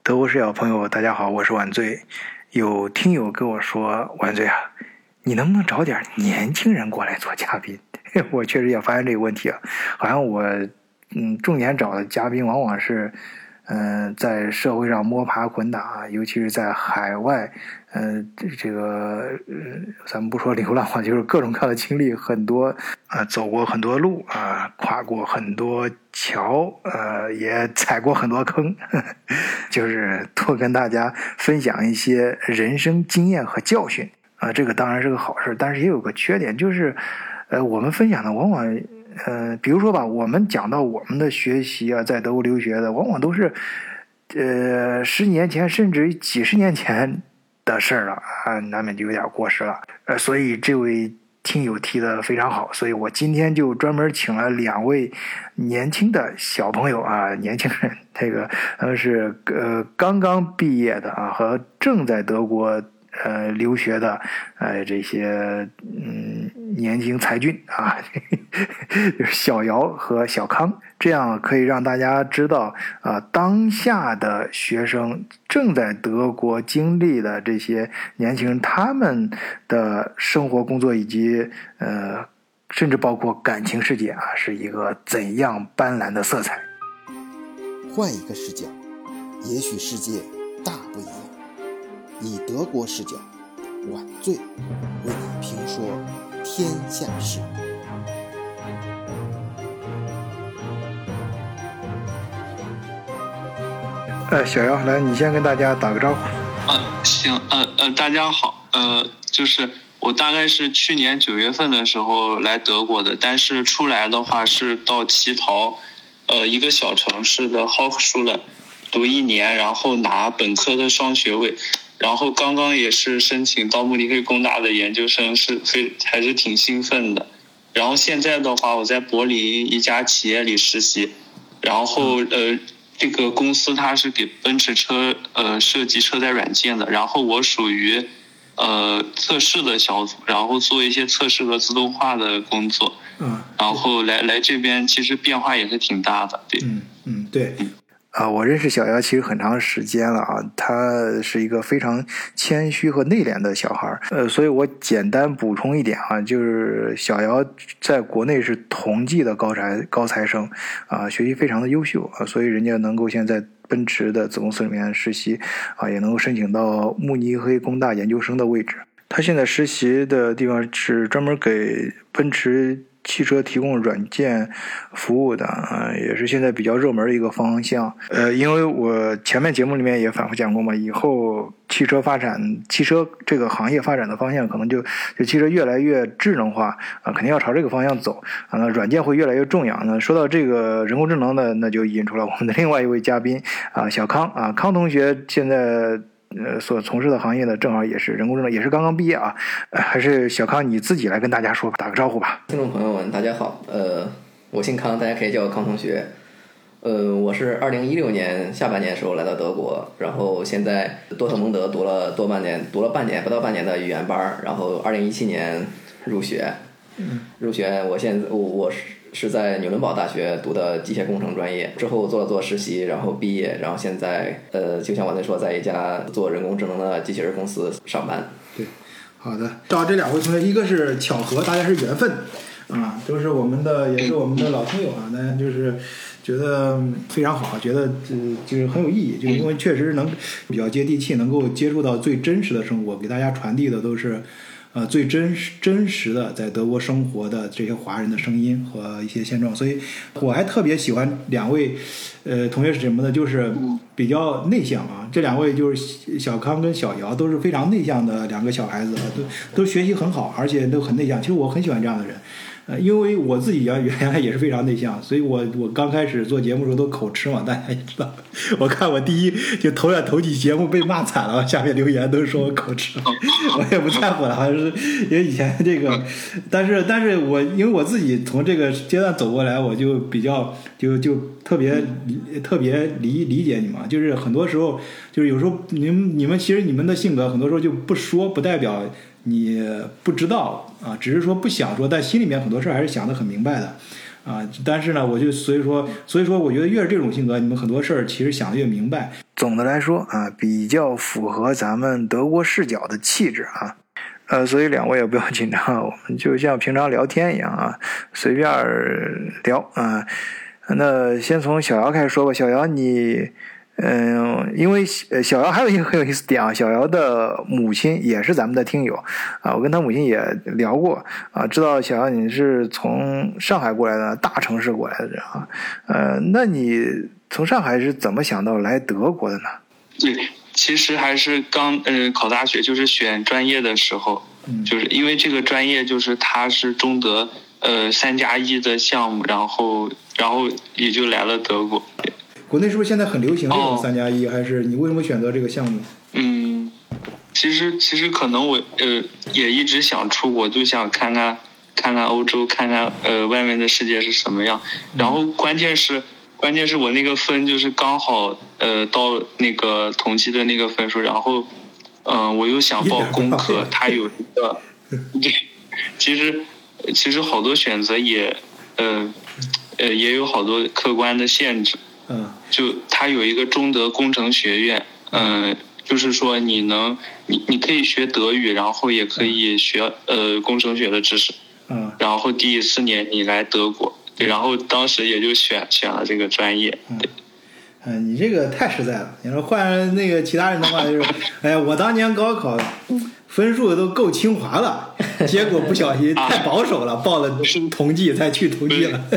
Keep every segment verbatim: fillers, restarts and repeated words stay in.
德国视角朋友，大家好，我是晚醉。有听友跟我说，晚醉啊，你能不能找点年轻人过来做嘉宾？我确实也发现这个问题啊，好像我嗯重点找的嘉宾往往是嗯、呃、在社会上摸爬滚打，尤其是在海外，嗯、呃、这个呃咱们不说流浪吧，就是各种各样的经历很多啊、呃，走过很多路啊、呃，跨过很多桥，呃，也踩过很多坑，呵呵，就是多跟大家分享一些人生经验和教训啊、呃，这个当然是个好事，但是也有个缺点，就是呃，我们分享的往往。呃，比如说吧，我们讲到我们的学习啊，在德国留学的，往往都是，呃，十年前甚至于几十年前的事儿了啊，难免就有点过时了。呃，所以这位听友提的非常好，所以我今天就专门请了两位年轻的小朋友啊，年轻人，这个他们是呃刚刚毕业的啊，和正在德国呃留学的呃这些嗯年轻才俊啊，就是小姚和小康，这样可以让大家知道啊、呃、当下的学生正在德国经历的这些年轻人他们的生活工作以及呃甚至包括感情世界啊是一个怎样斑斓的色彩。 换一个视角，也许世界大不一样。以德国视角，晚醉为你评说天下事。 呃，小姚，来，你先跟大家打个招呼。 呃，行，呃呃，大家好，呃，就是我大概是去年九月份的时候来德国的，但是出来的话是到乞讨，呃，一个小城市的 Hochschule 读一年，然后拿本科的双学位。然后刚刚也是申请到慕尼黑工大的研究生，是非还是挺兴奋的。然后现在的话，我在柏林一家企业里实习，然后呃，这个公司它是给奔驰车呃设计车载软件的，然后我属于呃测试的小组，然后做一些测试和自动化的工作。嗯，然后来来这边其实变化也是挺大的，对。 嗯嗯，对。啊，我认识小姚其实很长时间了啊，他是一个非常谦虚和内敛的小孩，呃，所以我简单补充一点啊，就是小姚在国内是同济的高材高材生啊，学习非常的优秀啊，所以人家能够现在奔驰的子公司里面实习啊，也能够申请到慕尼黑工大研究生的位置。他现在实习的地方是专门给奔驰汽车提供软件服务的啊、呃，也是现在比较热门的一个方向。呃，因为我前面节目里面也反复讲过嘛，以后汽车发展，汽车这个行业发展的方向可能就就汽车越来越智能化啊、呃，肯定要朝这个方向走啊。那软件会越来越重要。那说到这个人工智能的，那就引出了我们的另外一位嘉宾啊，小康啊，康同学现在。呃，所从事的行业呢，正好也是人工智能，也是刚刚毕业啊，呃、还是小康你自己来跟大家说，打个招呼吧。 听众朋友们，大家好，呃，我姓康，大家可以叫我康同学。呃，我是二零一六年下半年的时候来到德国，然后现在多特蒙德读了多半年，读了半年不到半年的语言班，然后二零一七年入学。嗯，入学，我现在我我是。是在纽伦堡大学读的机械工程专业，之后做了做实习，然后毕业，然后现在呃，就像我在说，在一家做人工智能的机器人公司上班。 对，好的，到这两位同学，一个是巧合，大家是缘分啊，都是我们的，也是我们的老听友啊，大家就是觉得非常好，觉得呃就是很有意义，就是因为确实能比较接地气，能够接触到最真实的生活，给大家传递的都是。呃，最真实真实的在德国生活的这些华人的声音和一些现状，所以我还特别喜欢两位，呃，同学是什么呢？就是比较内向啊。这两位就是小康跟小姚，都是非常内向的两个小孩子，都都学习很好，而且都很内向。其实我很喜欢这样的人。呃，因为我自己原原来也是非常内向，所以我我刚开始做节目的时候都口吃嘛，大家也知道。我看我第一就头两头几节目被骂惨了，下面留言都说我口吃，我也不在乎了，好像是因为以前这个，但是但是我因为我自己从这个阶段走过来，我就比较就就特别特别理理解你们，就是很多时候就是有时候你们你们其实你们的性格很多时候就不说，不代表你不知道啊，只是说不想说，但心里面很多事还是想得很明白的啊。但是呢，我就所以说，所以说，我觉得越是这种性格，你们很多事儿其实想的越明白。 总的来说啊，比较符合咱们德国视角的气质啊。呃，所以两位也不要紧张，我们就像平常聊天一样啊，随便聊啊。那先从小姚开始说吧，小姚你，嗯，因为小姚还有一个很有意思点啊，小姚的母亲也是咱们的听友啊，我跟他母亲也聊过啊，知道小姚你是从上海过来的，大城市过来的人啊，呃，那你从上海是怎么想到来德国的呢？ 对。其实还是刚呃考大学，就是选专业的时候， 嗯、 就是因为这个专业就是它是中德呃三加一的项目，然后然后也就来了德国。 国内是不是现在很流行这种三加一？还是你为什么选择这个项目？ 嗯，其实其实可能我呃也一直想出国，就想看看看看欧洲，看看呃外面的世界是什么样。然后关键是。关键是我那个分就是刚好呃到那个同期的那个分数，然后嗯、呃、我又想报工科，它有一个对，其实其实好多选择也呃呃也有好多客观的限制， 嗯， 就它有一个中德工程学院，嗯、呃，就是说你能你你可以学德语，然后也可以学呃工程学的知识， 嗯， 然后第四年你来德国。对，然后当时也就选选了这个专业。对， 嗯、呃，你这个太实在了。你说换那个其他人的话，就是，哎呀，我当年高考分数都够清华了，结果不小心太保守了，报了同济才去同济了。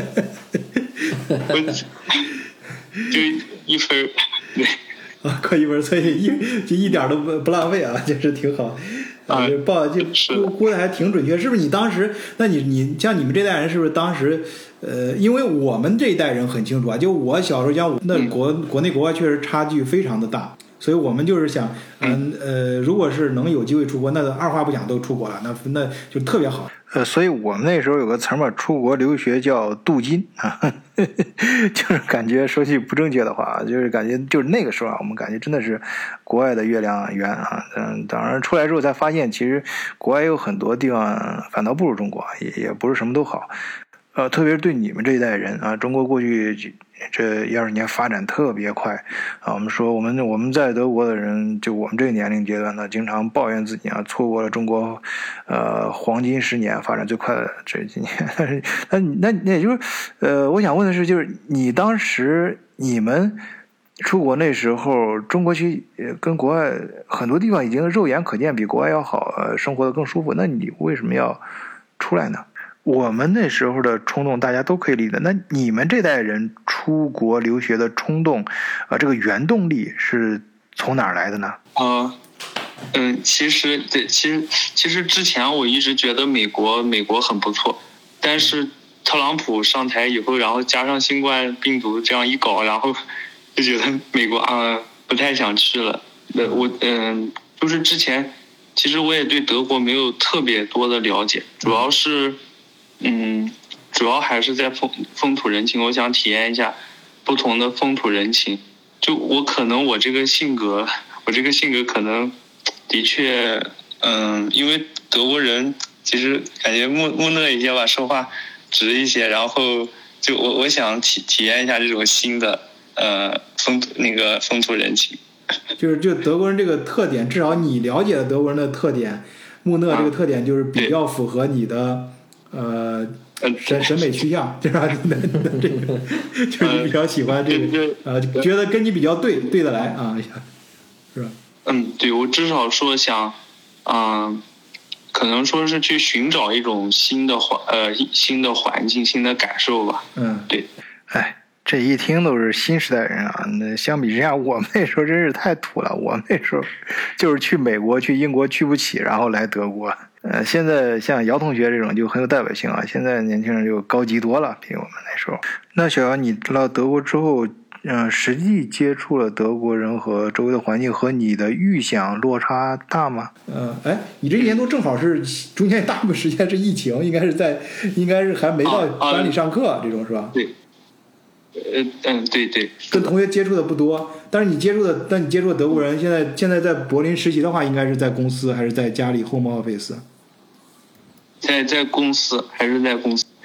就一分，对。 啊，扣一分，所以一就一点都不不浪费啊，就是挺好。啊，就报就估估的还挺准确，是不是？你当时，那你你像你们这代人，是不是当时，呃，因为我们这一代人很清楚啊，就我小时候讲，那国国内国外确实差距非常的大，所以我们就是想，嗯呃，如果是能有机会出国，那二话不讲都出国了，那那就特别好。 呃，所以我们那时候有个词嘛，出国留学叫镀金啊，就是感觉说句不正确的话，就是感觉就是那个时候啊，我们感觉真的是国外的月亮圆啊。嗯，当然出来之后才发现，其实国外有很多地方反倒不如中国，也也不是什么都好。呃，特别是对你们这一代人啊，中国过去这一二十年发展特别快啊。我们说我们我们在德国的人，就我们这个年龄阶段呢，经常抱怨自己啊，错过了中国呃黄金十年发展最快的这几年。但是那那那也就是呃，我想问的是，就是你当时你们出国那时候，中国区跟国外很多地方已经肉眼可见比国外要好，呃，生活的更舒服。那你为什么要出来呢？我们那时候的冲动大家都可以理解，那你们这代人出国留学的冲动啊、呃，这个原动力是从哪儿来的呢？ 呃嗯，其实对，其实其实之前我一直觉得美国美国很不错，但是特朗普上台以后，然后加上新冠病毒这样一搞，然后就觉得美国啊不太想去了。呃，我嗯，就是之前其实我也对德国没有特别多的了解，主要是。嗯，主要还是在风风土人情，我想体验一下不同的风土人情。就我可能我这个性格，我这个性格可能的确，嗯，因为德国人其实感觉木木讷一些吧，说话直一些，然后就我我想体体验一下这种新的呃风土那个风土人情。 就是就德国人这个特点，至少你了解的德国人的特点，木讷这个特点就是比较符合你的。啊呃，审审美趋向，对吧？这个就是你比较喜欢这个，呃，觉得跟你比较对对得来啊，是吧？ 嗯，对，我至少说想，嗯、呃，可能说是去寻找一种新的环呃新的环境、新的感受吧。 嗯， 对。 哎，这一听都是新时代人啊！那相比之下，我们那时候真是太土了。我们那时候就是去美国、去英国去不起，然后来德国。呃，现在像姚同学这种就很有代表性啊。现在年轻人就高级多了，比我们那时候。那小姚，你来德国之后，嗯、呃，实际接触了德国人和周围的环境，和你的预想落差大吗？ 呃，哎，你这一年多正好是中间大部分时间是疫情，应该是在，应该是还没到班里上课、啊啊、这种是吧？ 对。呃嗯，对对， 跟同学接触的不多，但是你接触的，但你接触的德国人，现在现在在柏林实习的话，应该是在公司还是在家里 home office？ 在在公司还是在公司？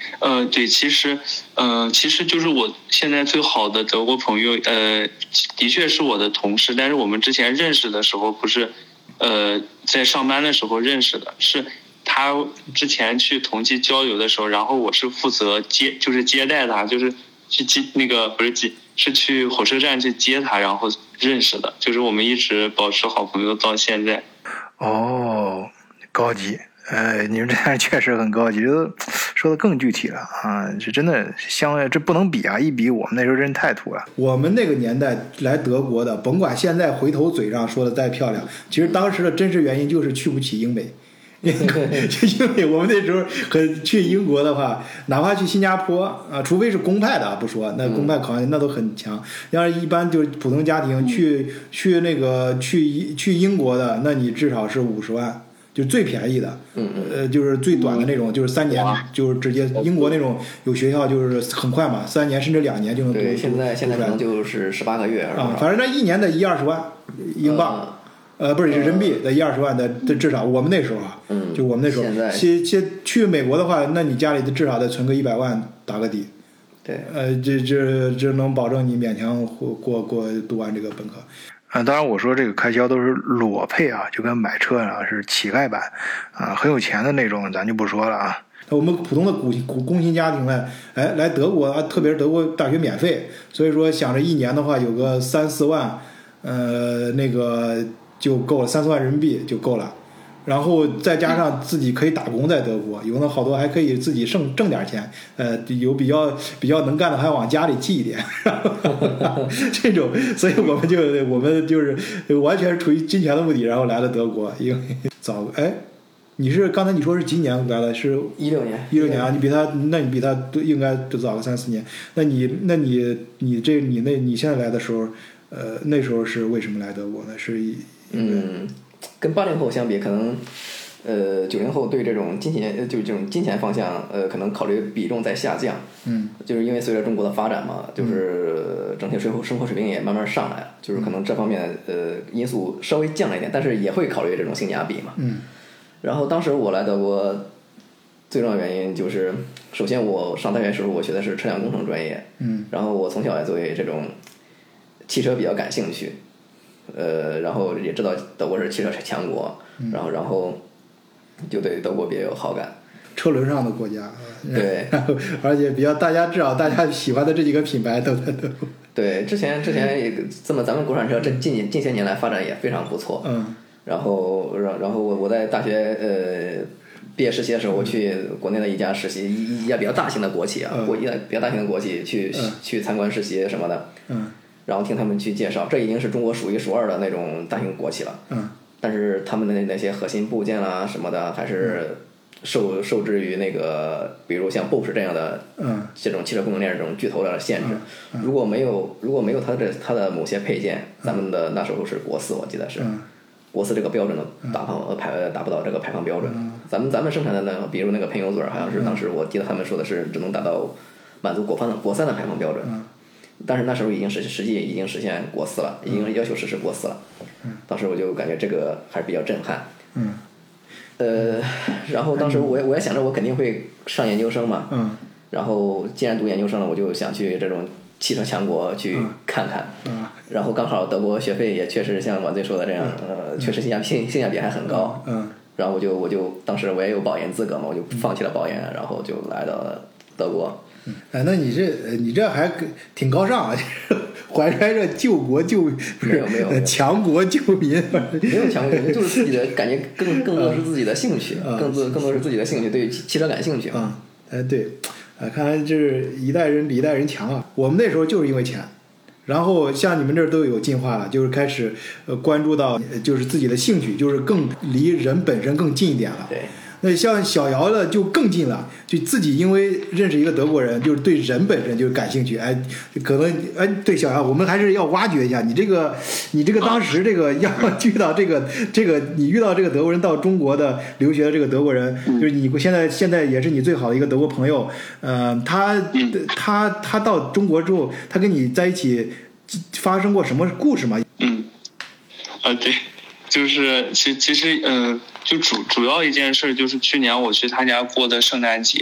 呃，对，其实，呃，其实就是我现在最好的德国朋友，呃，的确是我的同事，但是我们之前认识的时候不是，呃，在上班的时候认识的，是他之前去同济郊游的时候，然后我是负责接，就是接待他，就是去接那个不是接，是去火车站去接他，然后认识的，就是我们一直保持好朋友到现在。 哦，高级。呃，你们这样确实很高级，这说的更具体了啊！这真的相，这不能比啊！一比，我们那时候真太土了。 我们那个年代来德国的，甭管现在回头嘴上说的再漂亮，其实当时的真实原因就是去不起英美。因为我们那时候很去英国的话，哪怕去新加坡啊，除非是公派的不说，那公派考研那都很强。要是一般就是普通家庭去去那个去去英国的，那你至少是五十万。就最便宜的， 嗯嗯， 呃，就是最短的那种，就是三年，就是直接英国那种有学校就是很快嘛，三年甚至两年就能读。 对，现在现在可能就是十八个月啊，反正那一年得一二十万英镑，呃, 呃，不是人民币得一二十万的，至少我们那时候啊， 嗯， 就我们那时候， 现在去去去美国的话，那你家里至少得存个一百万打个底， 对， 呃，这这这能保证你勉强过过过读完这个本科。 啊，当然我说这个开销都是裸配啊，就跟买车啊是乞丐版啊，很有钱的那种咱就不说了啊。 我们普通的工工工薪家庭呢，哎，来德国啊，特别是德国大学免费，所以说想着一年的话有个三四万，呃，那个就够了，三四万人民币就够了。然后再加上自己可以打工，在德国有的好多还可以自己挣挣点钱，呃，有比较比较能干的还往家里寄一点，这种，所以我们就我们就是完全是出于金钱的目的，然后来了德国。因为早哎，你是刚才你说是几年来的？是一六年， 一六年啊，你比他，那你比他应该早个三四年。那你那你你这你那你现在来的时候，呃，那时候是为什么来德国呢？是嗯。跟八零后相比，可能，呃，九零后对这种金钱，就是这种金钱方向，呃，可能考虑比重在下降。 嗯， 就是因为随着中国的发展嘛，就是整体生活生活水平也慢慢上来了，就是可能这方面呃因素稍微降了一点，但是也会考虑这种性价比嘛。 嗯。 然后当时我来德国，最重要原因就是，首先我上大学时候我学的是车辆工程专业。 嗯。 然后我从小也对这种汽车比较感兴趣。呃，然后也知道德国是汽车强国， 嗯、 然后然后就对德国比较有好感。 车轮上的国家， 对， 而且比较大家至少大家喜欢的这几个品牌都在德国。 对，之前之前也这么咱们国产车这近近些年来发展也非常不错。 嗯。 然后然然后我我在大学呃毕业实习的时候，我去国内的一家实习一一家比较大型的国企啊，国、嗯、一家比较大型的国企去、嗯、去参观实习什么的。 嗯。 然后听他们去介绍，这已经是中国数一数二的那种大型国企了。 嗯。 但是他们的那些核心部件啦什么的，还是受受制于那个，比如像 Bosch 这样的， 嗯， 这种汽车供应链这种巨头的限制。 嗯嗯、 如果没有如果没有它的它的某些配件，咱们的那时候是国四，我记得是。 嗯。 国四这个标准的达放排达不到这个排放标准。 嗯、 咱们咱们生产的那个，比如那个喷油嘴，好像是当时我记得他们说的是只能达到满足国三的国三的排放标准。 嗯。 但是那时候已经实实际已经实现国四了，已经要求实施国四了。 嗯， 当时我就感觉这个还是比较震撼。 嗯， 呃，然后当时我也我也想着我肯定会上研究生嘛。 嗯。 然后既然读研究生了，我就想去这种汽车强国去看看。 嗯。 然后刚好德国学费也确实像晚醉说的这样，呃，确实性价性性价比还很高。 嗯。 然后我就我就当时我也有保研资格嘛，我就放弃了保研，然后就来到了德国。 哎，那你这你这还挺高尚啊！怀揣着救国救没有没有强国救民， 没有强国救民，就是自己的感觉更更多是自己的兴趣，嗯、更多更多是自己的兴趣，对汽车感兴趣嘛。嗯，哎对，啊，看来这是一代人比一代人强啊！我们那时候就是因为钱，然后像你们这儿都有进化了，就是开始呃关注到就是自己的兴趣，就是更离人本身更近一点了。 对。 那像小姚的就更近了，就自己因为认识一个德国人，就是对人本身就感兴趣。哎，可能哎，对小姚，我们还是要挖掘一下你这个，你这个当时这个要遇到这个这个，你遇到这个德国人到中国的留学的这个德国人，就是你现在现在也是你最好的一个德国朋友。呃，他他他到中国之后，他跟你在一起发生过什么故事吗？ 嗯，啊对。就是其其实嗯、呃，就主主要一件事就是去年我去他家过的圣诞节，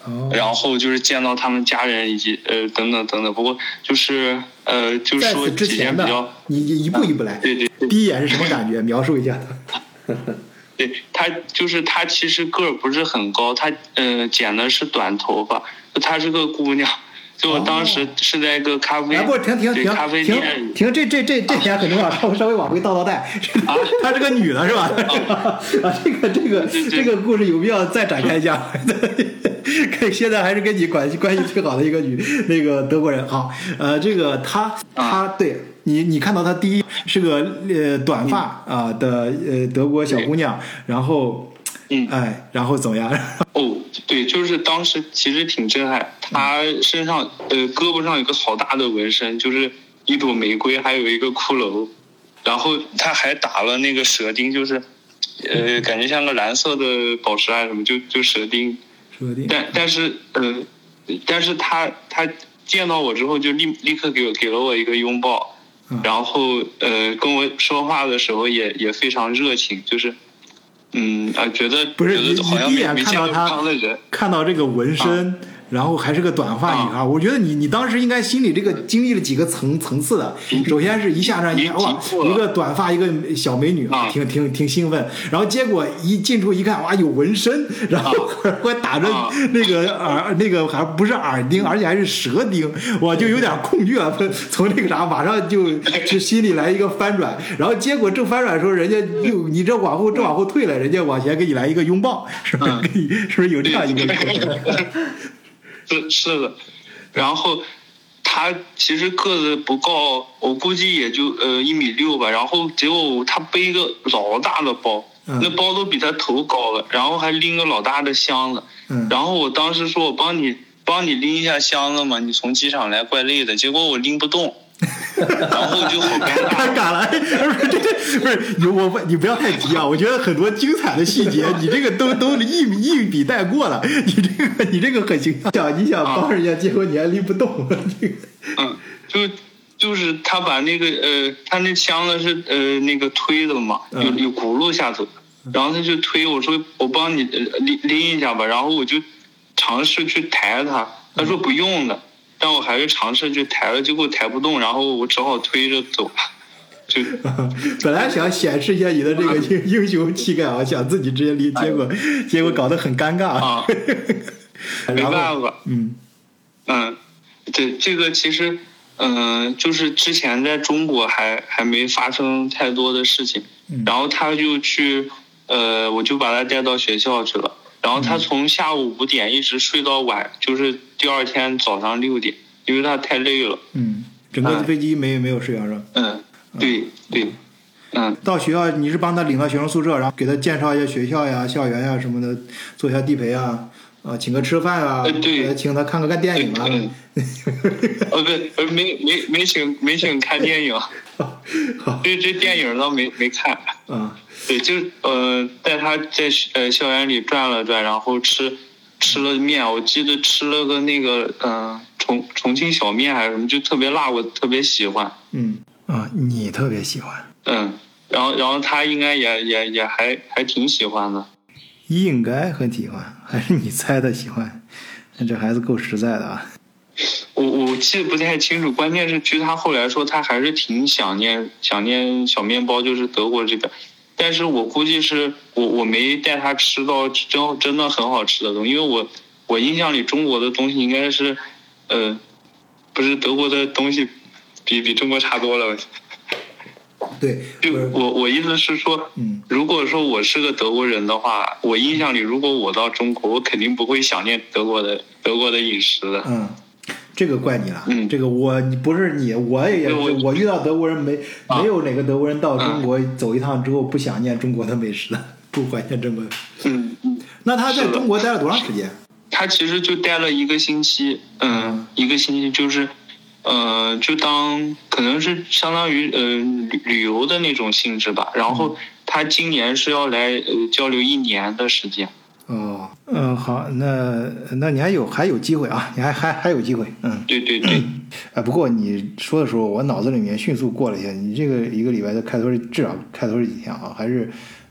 哦， 然后就是见到他们家人以及呃等等等等。不过就是呃，就是说之前的，你一步一步来。 啊、对, 对对， 第一眼是什么感觉？描述一下他。对他就是他其实个儿不是很高，他呃剪的是短头发，她是个姑娘。就我当时是在一个咖啡， 哎、不停停停咖啡停店停，这这这这点很重要，稍微稍微往回倒倒带。啊，她是个女的是吧？啊，这个这个这个故事有必要再展开一下。现在还是跟你关系关系最好的一个女那个德国人。好，呃，这个她她对你你看到她第一是个呃短发啊的呃德国小姑娘，然后。 嗯， 哎，然后怎么样？ 哦，对，就是当时其实挺震撼。他身上呃胳膊上有个好大的纹身，就是一朵玫瑰，还有一个骷髅，然后他还打了那个舌钉，就是呃感觉像个蓝色的宝石啊什么，就就舌钉。 舌钉。但但是呃，但是他他见到我之后就立立刻给我给了我一个拥抱， 嗯、 然后呃跟我说话的时候也也非常热情，就是。嗯啊，觉得不是你你第一眼看到他看到这个纹身、啊，然后还是个短发女孩、啊，我觉得你你当时应该心里这个经历了几个层层次的。首先是一下让你哇，一个短发一个小美女啊，挺挺挺兴奋。然后结果一进出一看，哇，有纹身，然后还打着那个耳那个还不是耳钉，而且还是舌钉，我就有点恐惧了。从这个啥，马上就就心里来一个翻转。然后结果正翻转的时候，人家又你这往后正往后退了，人家往前给你来一个拥抱，是不是？给你是不是有这样一个？ 是是的，然后他其实个子不高，我估计也就呃一米六吧。然后结果他背一个老大的包， 嗯、 那包都比他头高了，然后还拎个老大的箱子。 嗯、 然后我当时说我帮你帮你拎一下箱子嘛，你从机场来怪累的，结果我拎不动。然后就好尴尬， 尴尬了。不是这这不是你我你不要太急啊！我觉得很多精彩的细节，你这个都都一一笔带过了。你这个你这个很形象，想你想帮人家，结果你还拎不动。这个嗯，就就是他把那个呃，他那箱子是呃那个推的嘛，有有轱辘下头，然后他就推，我说我帮你拎拎一下吧，然后我就尝试去抬他，他说不用的。但我还是尝试去抬了，结果抬不动，然后我只好推着走了。就本来想显示一下你的这个英英雄气概啊，想自己直接离，结果结果搞得很尴尬啊。没办法， 嗯嗯，对，这个其实嗯、呃，就是之前在中国还还没发生太多的事情， 嗯、 然后他就去呃，我就把他带到学校去了。然后他从下午五点一直睡到晚，就是第二天早上六点，因为他太累了。 嗯，整个飞机没、嗯、没有睡着是吧？ 嗯，对对，嗯。 到学校你是帮他领到学生宿舍，然后给他介绍一下学校呀、校园呀什么的，做一下地陪啊，啊，请个吃饭啊， 呃、对， 请他看个看电影啊。 嗯。哦不，没没没请没请看电影，这这电影倒没没看。 啊。 对，就呃带他在呃校园里转了转，然后吃吃了面，我记得吃了个那个嗯、呃、重重庆小面还是什么，就特别辣，我特别喜欢。 嗯啊，你特别喜欢。 嗯，然后然后他应该也也也还还挺喜欢的。 应该很喜欢，还是你猜的喜欢？那这孩子够实在的啊。 我我记得不太清楚，关键是据他后来说，他还是挺想念想念小面包，就是德国这边。但是我估计是我我没带他吃到真真的很好吃的东西，因为我我印象里中国的东西应该是，呃，不是德国的东西比比中国差多了。 对， 就我我意思是说， 嗯， 如果说我是个德国人的话，我印象里如果我到中国，我肯定不会想念德国的德国的饮食的。 嗯。这个怪你了， 嗯， 这个我你不是你，我也我我遇到德国人没、啊、没有哪个德国人到中国走一趟之后不想念中国的美食的，不怀念中国的。 嗯嗯。 那他在中国待了多长时间？ 他其实就待了一个星期，嗯，嗯一个星期就是，呃，就当可能是相当于呃旅旅游的那种性质吧。然后他今年是要来呃交流一年的时间。 哦，嗯、呃，好，那那你还有还有机会啊，你还还还有机会，嗯， 对对对， 哎，不过你说的时候，我脑子里面迅速过了一下，你这个一个礼拜的开头是至少开头是几天啊？还是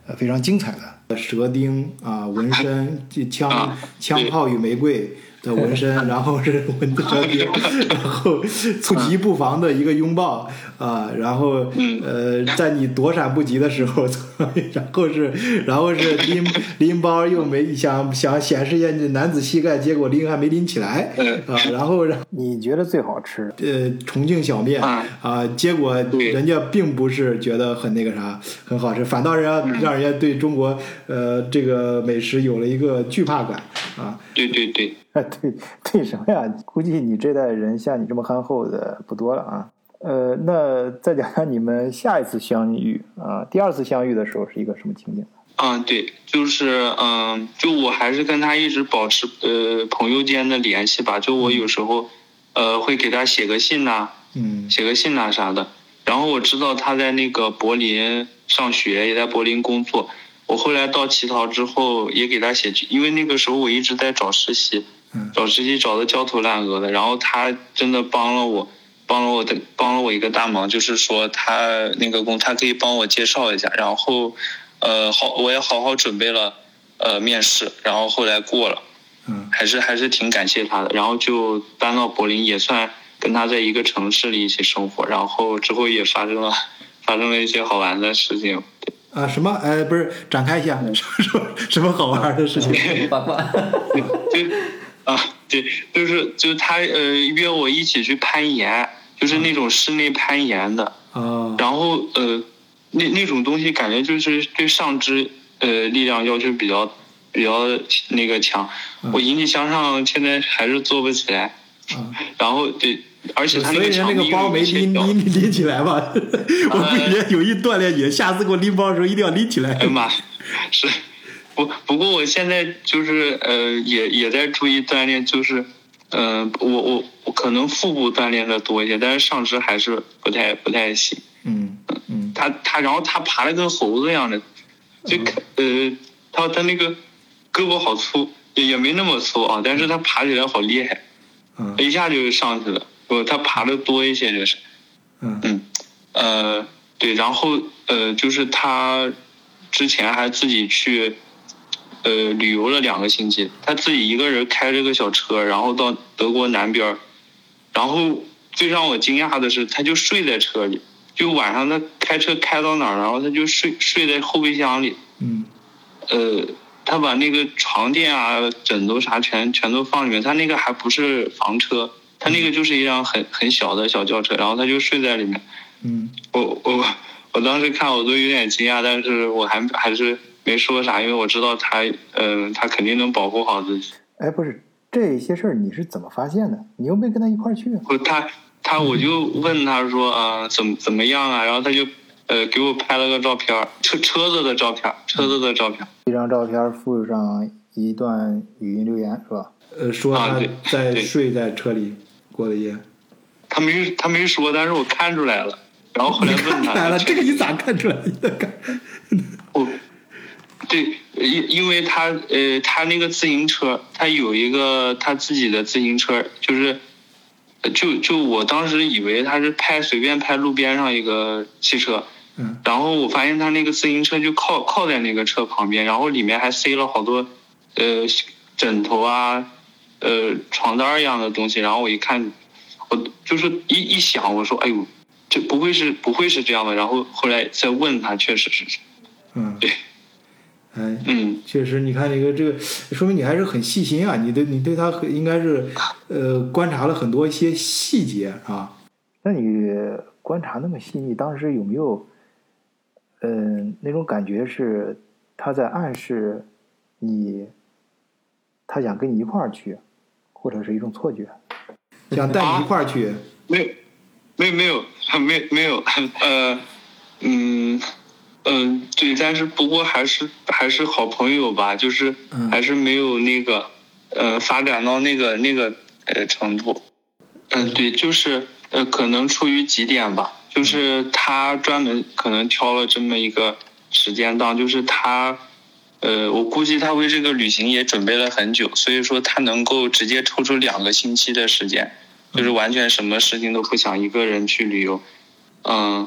呃非常精彩的蛇钉啊、纹身、枪枪炮与玫瑰的纹身，然后是纹的蛇钉，然后猝急不防的一个拥抱啊，然后呃，在你躲闪不及的时候，然后是然后是拎拎包又没想想显示一下你男子气概，结果拎还没拎起来啊，然后让你觉得最好吃呃重庆小面啊，结果人家并不是觉得很那个啥很好吃，反倒让让人家对中国呃这个美食有了一个惧怕感啊。 对对对。 对对什么呀？估计你这代人像你这么憨厚的不多了啊。呃，那再讲讲你们下一次相遇啊，第二次相遇的时候是一个什么情景？ 嗯，对，就是嗯，就我还是跟他一直保持呃朋友间的联系吧。就我有时候呃会给他写个信呐， 嗯， 写个信呐啥的。然后我知道他在那个柏林上学，也在柏林工作。我后来到乞讨之后也给他写，因为那个时候我一直在找实习。找实习找的焦头烂额的，然后他真的帮了我，帮了我的，帮了我一个大忙，就是说他那个工，他可以帮我介绍一下，然后，呃，好，我也好好准备了，呃，面试，然后后来过了， 嗯， 还是还是挺感谢他的，然后就搬到柏林，也算跟他在一个城市里一起生活，然后之后也发生了发生了一些好玩的事情。 啊，什么？哎，不是，展开一下，什么什么好玩的事情？ 八卦。 就啊，对，就是就是他呃约我一起去攀岩，就是那种室内攀岩的。 啊。 然后呃，那那种东西感觉就是对上肢呃力量要求比较比较那个强， 嗯、 我引体向上现在还是做不起来。 嗯、 然后对，而且他那个所以那个包没拎拎拎起来吧？我估计有意锻炼你，下次给我拎包的时候一定要拎起来。 哎妈，是。不不过我现在就是呃也也在注意锻炼，就是嗯、呃、我我我可能腹部锻炼的多一些，但是上肢还是不太不太行。 嗯嗯。 他他然后他爬得跟猴子一样的，就呃他他那个胳膊好粗，也也没那么粗啊，但是他爬起来好厉害， 嗯， 一下就上去了。不，他爬得多一些就是。 嗯嗯呃对，然后呃就是他之前还自己去。呃，旅游了两个星期，他自己一个人开着个小车，然后到德国南边，然后最让我惊讶的是，他就睡在车里，就晚上他开车开到哪儿，然后他就睡睡在后备箱里。 嗯。 呃，他把那个床垫啊、枕头啥全全都放里面，他那个还不是房车，他那个就是一辆很很小的小轿车，然后他就睡在里面。 嗯。 我我我当时看我都有点惊讶，但是我还还是。没说啥，因为我知道他，嗯、呃，他肯定能保护好自己。 哎，不是这些事儿你是怎么发现的？你又没跟他一块儿去啊？ 不，他他我就问他说啊、呃，怎么怎么样啊？然后他就呃给我拍了个照片，车车子的照片，车子的照片。 一张照片附上一段语音留言是吧？ 呃，说他在睡在车里过的夜。 他没他没说，但是我看出来了。然后后来问他， 看出来了，这个你咋看出来的？ 我。对，因因为他呃，他那个自行车，他有一个他自己的自行车，就是就就我当时以为他是拍随便拍路边上一个汽车， 嗯， 然后我发现他那个自行车就靠靠在那个车旁边，然后里面还塞了好多呃枕头啊，呃床单一样的东西，然后我一看，我就是一一想，我说哎呦，这不会是不会是这样的，然后后来再问他，确实是， 嗯， 对。 哎， 嗯， 确实，你看这个这个，说明你还是很细心啊！你对你对他应该是，呃，观察了很多一些细节啊。 那你观察那么细腻，当时有没有，嗯、呃，那种感觉是他在暗示你，他想跟你一块儿去，或者是一种错觉， 想带你一块儿去？ 啊、没有，没有，没有，没没有，呃，嗯。嗯，对，但是不过还是还是好朋友吧，就是还是没有那个，呃，发展到那个那个呃程度。嗯，对，就是呃，可能出于几点吧，就是他专门可能挑了这么一个时间档，就是他，呃，我估计他为这个旅行也准备了很久，所以说他能够直接抽出两个星期的时间，就是完全什么事情都不想，一个人去旅游，嗯。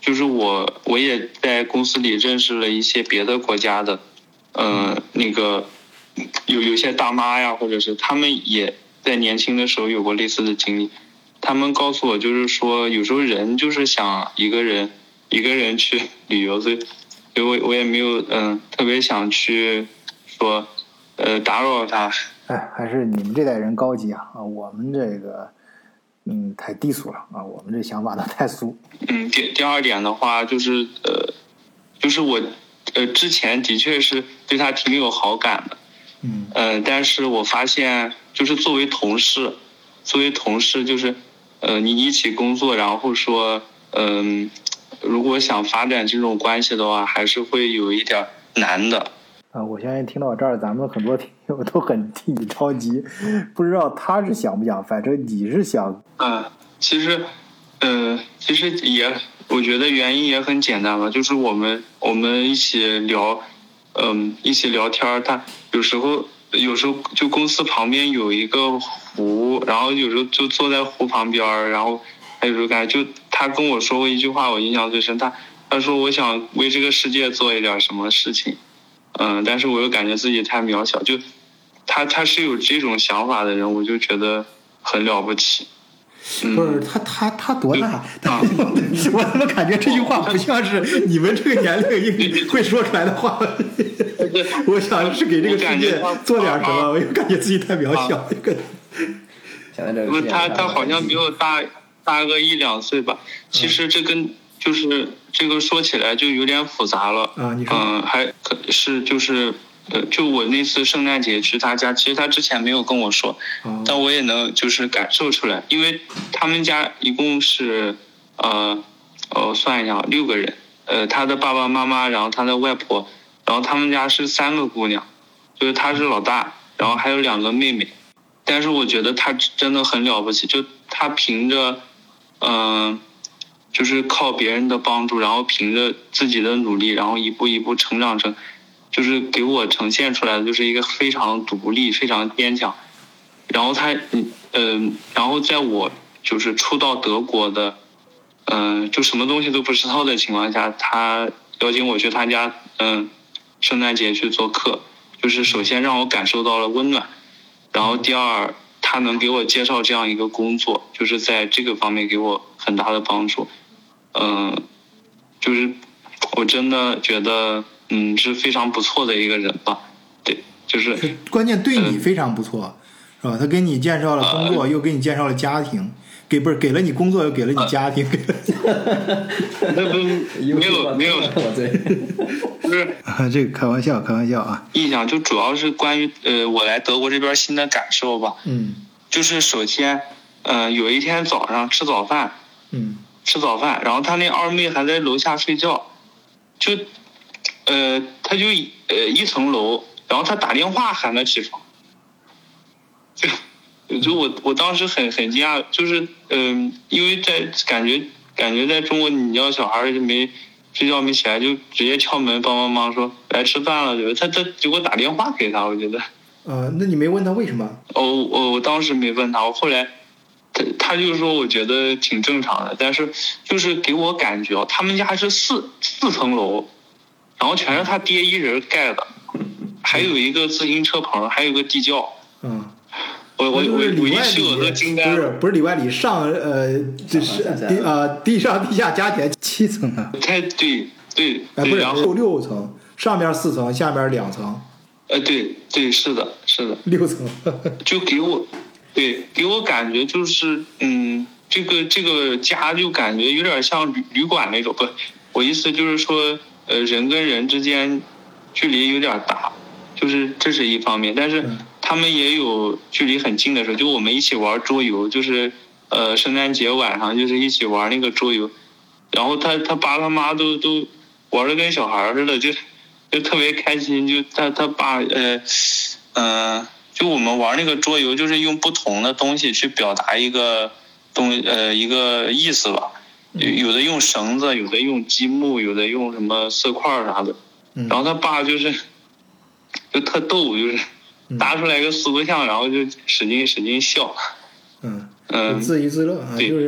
就是我我也在公司里认识了一些别的国家的，呃，那个有有些大妈呀，或者是他们也在年轻的时候有过类似的经历。他们告诉我，就是说有时候人就是想一个人一个人去旅游，所以所以我我也没有嗯、呃、特别想去说呃打扰他。 哎，还是你们这代人高级啊啊！我们这个嗯太低俗了啊，我们这想法都太俗。 嗯，第第二点的话就是呃，就是我呃之前的确是对他挺有好感的， 嗯呃，但是我发现就是作为同事，作为同事就是呃你一起工作，然后说嗯、呃，如果想发展这种关系的话，还是会有一点难的。 啊，我相信听到这儿，咱们很多听友都很替你着急，不知道他是想不想，反正你是想。 嗯，其实，呃，其实也，我觉得原因也很简单吧，就是我们我们一起聊，嗯，一起聊天，他有时候有时候就公司旁边有一个湖，然后有时候就坐在湖旁边，然后还有时候感觉就他跟我说过一句话，我印象最深，他他说我想为这个世界做一点什么事情。嗯，但是我又感觉自己太渺小，就他他是有这种想法的人，我就觉得很了不起。 嗯、不是他他他多大？啊、我怎么感觉这句话不像是你们这个年龄会说出来的话？我想是给这个世界做点什么，我又感觉自己太渺小。这个现在这个他他好像比我大大个一两岁吧。其实这跟就是这个说起来就有点复杂了啊，你说， 嗯，还可是就是呃，就我那次圣诞节去他家，其实他之前没有跟我说， 哦、 但我也能就是感受出来，因为他们家一共是呃，我算一下，六个人，呃，他的爸爸妈妈，然后他的外婆，然后他们家是三个姑娘，就是他是老大，然后还有两个妹妹，但是我觉得他真的很了不起，就他凭着嗯。呃就是靠别人的帮助，然后凭着自己的努力，然后一步一步成长成，就是给我呈现出来的就是一个非常独立、非常坚强。然后他，嗯、呃，然后在我就是初到德国的，嗯、呃，就什么东西都不知道的情况下，他邀请我去他家，嗯、呃，圣诞节去做客，就是首先让我感受到了温暖，然后第二，他能给我介绍这样一个工作，就是在这个方面给我很大的帮助。嗯，就是我真的觉得，嗯，是非常不错的一个人吧。对，就是关键对你非常不错，呃、是吧？他给你介绍了工作，呃、又给你介绍了家庭，给不是给了你工作，又给了你家庭。 那不没有没有，不是啊，这个开玩笑，开玩笑啊。 印象就主要是关于呃，我来德国这边新的感受吧。 嗯， 就是首先，呃，有一天早上吃早饭， 嗯。 吃早饭，然后他那二妹还在楼下睡觉，就，呃，他就呃一层楼，然后他打电话喊他起床，就就我我当时很很惊讶，就是嗯、呃，因为在感觉感觉在中国，你要小孩就没睡觉没起来，就直接敲门帮帮忙说来吃饭了，他他结果打电话给他，我觉得。 呃，那你没问他为什么？ 哦，我我当时没问他，我后来。他他就说我觉得挺正常的，但是就是给我感觉他们家是四四层楼，然后全是他爹一人盖的，还有一个自行车棚，还有一个地窖。 嗯， 我我我我一去我都惊呆了。 不是不是里外里上呃就是地呃地上地下加起来七层啊。 太对对， 哎不是六六层，上面四层，下面两层。 呃对对是的是的。 六层。 就给我。对，给我感觉就是，嗯，这个这个家就感觉有点像旅旅馆那种，不，我意思就是说，呃，人跟人之间距离有点大，就是这是一方面，但是他们也有距离很近的时候，就我们一起玩桌游，就是呃，圣诞节晚上就是一起玩那个桌游，然后他他爸他妈都都玩的跟小孩似的，就就特别开心，就他他爸呃嗯。呃就我们玩那个桌游，就是用不同的东西去表达一个东呃一个意思吧。有的用绳子，有的用积木，有的用什么色块啥的。然后他爸就是就特逗，就是拿出来一个塑像，然后就使劲使劲笑。 嗯嗯，自娱自乐啊，就是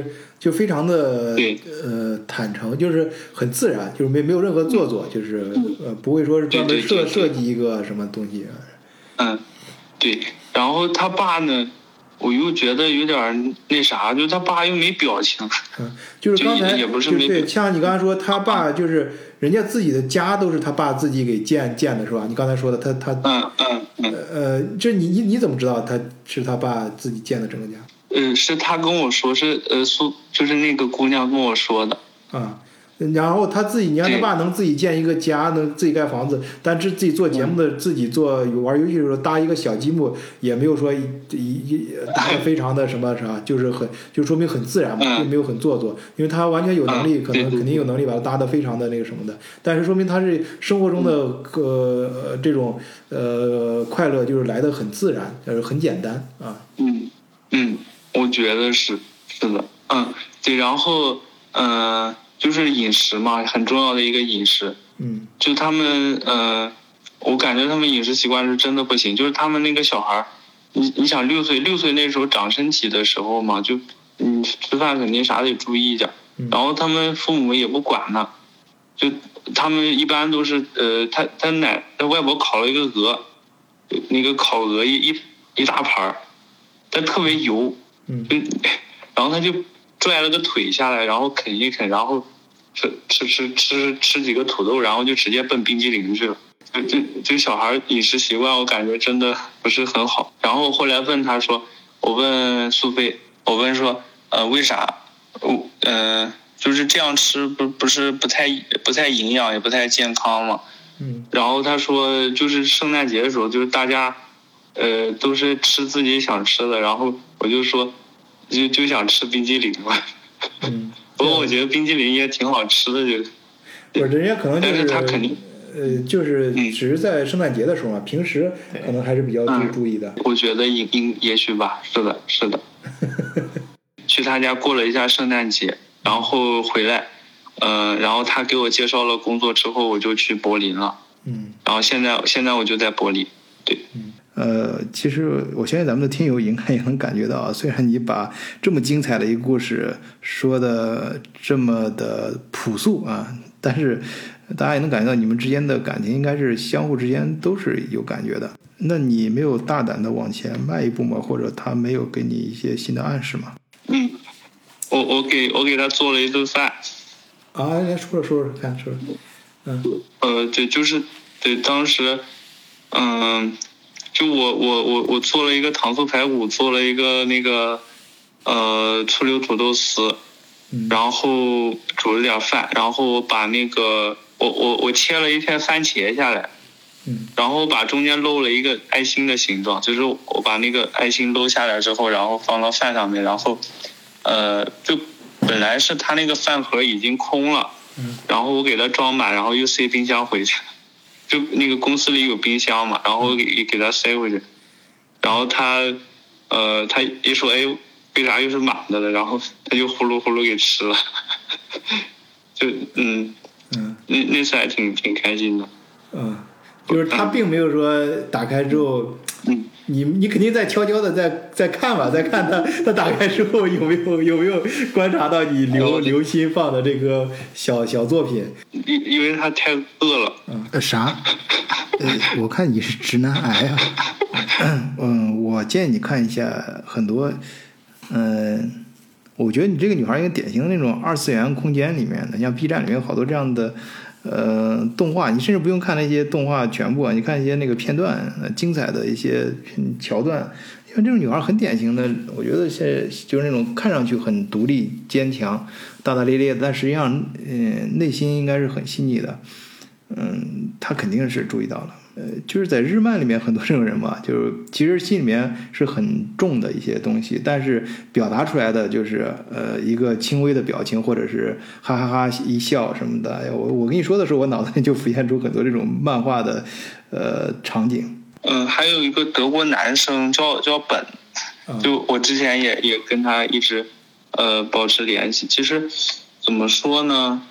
就非常的呃坦诚，就是很自然，就是没没有任何做作，就是呃不会说是专门设设计一个什么东西。 嗯，对。然后他爸呢，我又觉得有点那啥，就他爸又没表情。 嗯，就是刚才也不是没对，像你刚才说，他爸就是人家自己的家都是他爸自己给建建的，是吧？你刚才说的，他他嗯嗯嗯呃，这你你你怎么知道他是他爸自己建的整个家？ 嗯，是他跟我说，是呃苏，就是那个姑娘跟我说的啊。然后他自己，你看他爸能自己建一个家，能自己盖房子，但是自己做节目的，嗯、自己做玩游戏的时候搭一个小积木，也没有说一一搭的非常的什么啥，就是很就说明很自然嘛，并没有很做作，因为他完全有能力，可能肯定有能力把它搭的非常的那个什么的，但是说明他是生活中的呃这种呃快乐就是来的很自然，呃很简单啊。 嗯嗯，我觉得是是的，嗯对，然后嗯。呃就是饮食嘛，很重要的一个饮食。 嗯， 就他们，呃，我感觉他们饮食习惯是真的不行。就是他们那个小孩，你你想六岁，六岁那时候长身体的时候嘛，就嗯吃饭肯定啥得注意一点。然后他们父母也不管呢，就他们一般都是呃，他他奶他外婆烤了一个鹅，那个烤鹅一一一大盘儿，但特别油。 嗯， 然后他就拽了个腿下来，然后啃一啃，然后吃吃吃吃吃几个土豆，然后就直接奔冰激凌去了。这这这小孩饮食习惯，我感觉真的不是很好。然后后来问他说，我问苏菲，我问说，呃，为啥？我呃，就是这样吃不不是不太不太营养，也不太健康嘛。 嗯。 然后他说，就是圣诞节的时候，就是大家，呃，都是吃自己想吃的。然后我就说。就就想吃冰激凌嘛， 嗯， 不过我觉得冰激凌也挺好吃的，就， 不是人家可能就是， 但是他肯定， 呃，就是只是在圣诞节的时候嘛，嗯、平时可能还是比较注注意的。 嗯、我觉得应应也许吧，是的，是的。去他家过了一下圣诞节，然后回来，呃，然后他给我介绍了工作之后，我就去柏林了。 嗯， 然后现在现在我就在柏林，对。 嗯。呃，其实我相信咱们的听友应该也能感觉到，虽然你把这么精彩的一个故事说的这么的朴素啊，但是大家也能感觉到你们之间的感情应该是相互之间都是有感觉的。那你没有大胆的往前迈一步吗？或者他没有给你一些新的暗示吗？ 嗯，我我给我给他做了一顿饭。 啊，来说说说说看，说说。嗯。 呃，对，就是对，当时，嗯。就我我我我做了一个糖醋排骨，做了一个那个呃醋溜土豆丝，然后煮了点饭，然后我把那个我我我切了一片番茄下来，然后把中间搂了一个爱心的形状，就是我把那个爱心搂下来之后，然后放到饭上面，然后呃就本来是他那个饭盒已经空了，然后我给它装满，然后又塞冰箱回去。就那个公司里有冰箱嘛，然后给给他塞回去，然后他，呃，他一说，哎，为啥又是满的了？然后他就呼噜呼噜给吃了，就嗯嗯，那那次还挺挺开心的。 嗯，就是他并没有说打开之后，嗯，你你肯定在悄悄的在在看吧，在看他他打开之后有没有有没有观察到你留留心放的这个小小作品。 因因为他太饿了。 嗯，啥？呃，我看你是直男癌啊。嗯，我建议你看一下很多，嗯，我觉得你这个女孩应该典型的那种二次元空间里面的，像 B 站里面有好多这样的呃动画，你甚至不用看那些动画全部啊，你看一些那个片段，呃、精彩的一些桥段。像这种女孩很典型的，我觉得现在就是那种看上去很独立、坚强、大大咧咧的，但实际上，嗯、呃，内心应该是很细腻的。嗯，她肯定是注意到了。呃，就是在日漫里面很多这种人嘛，就是其实心里面是很重的一些东西，但是表达出来的就是呃一个轻微的表情，或者是哈哈哈一笑什么的。我我跟你说的时候，我脑子里就浮现出很多这种漫画的呃场景。 嗯，还有一个德国男生叫叫本，就我之前也也跟他一直呃保持联系。其实怎么说呢，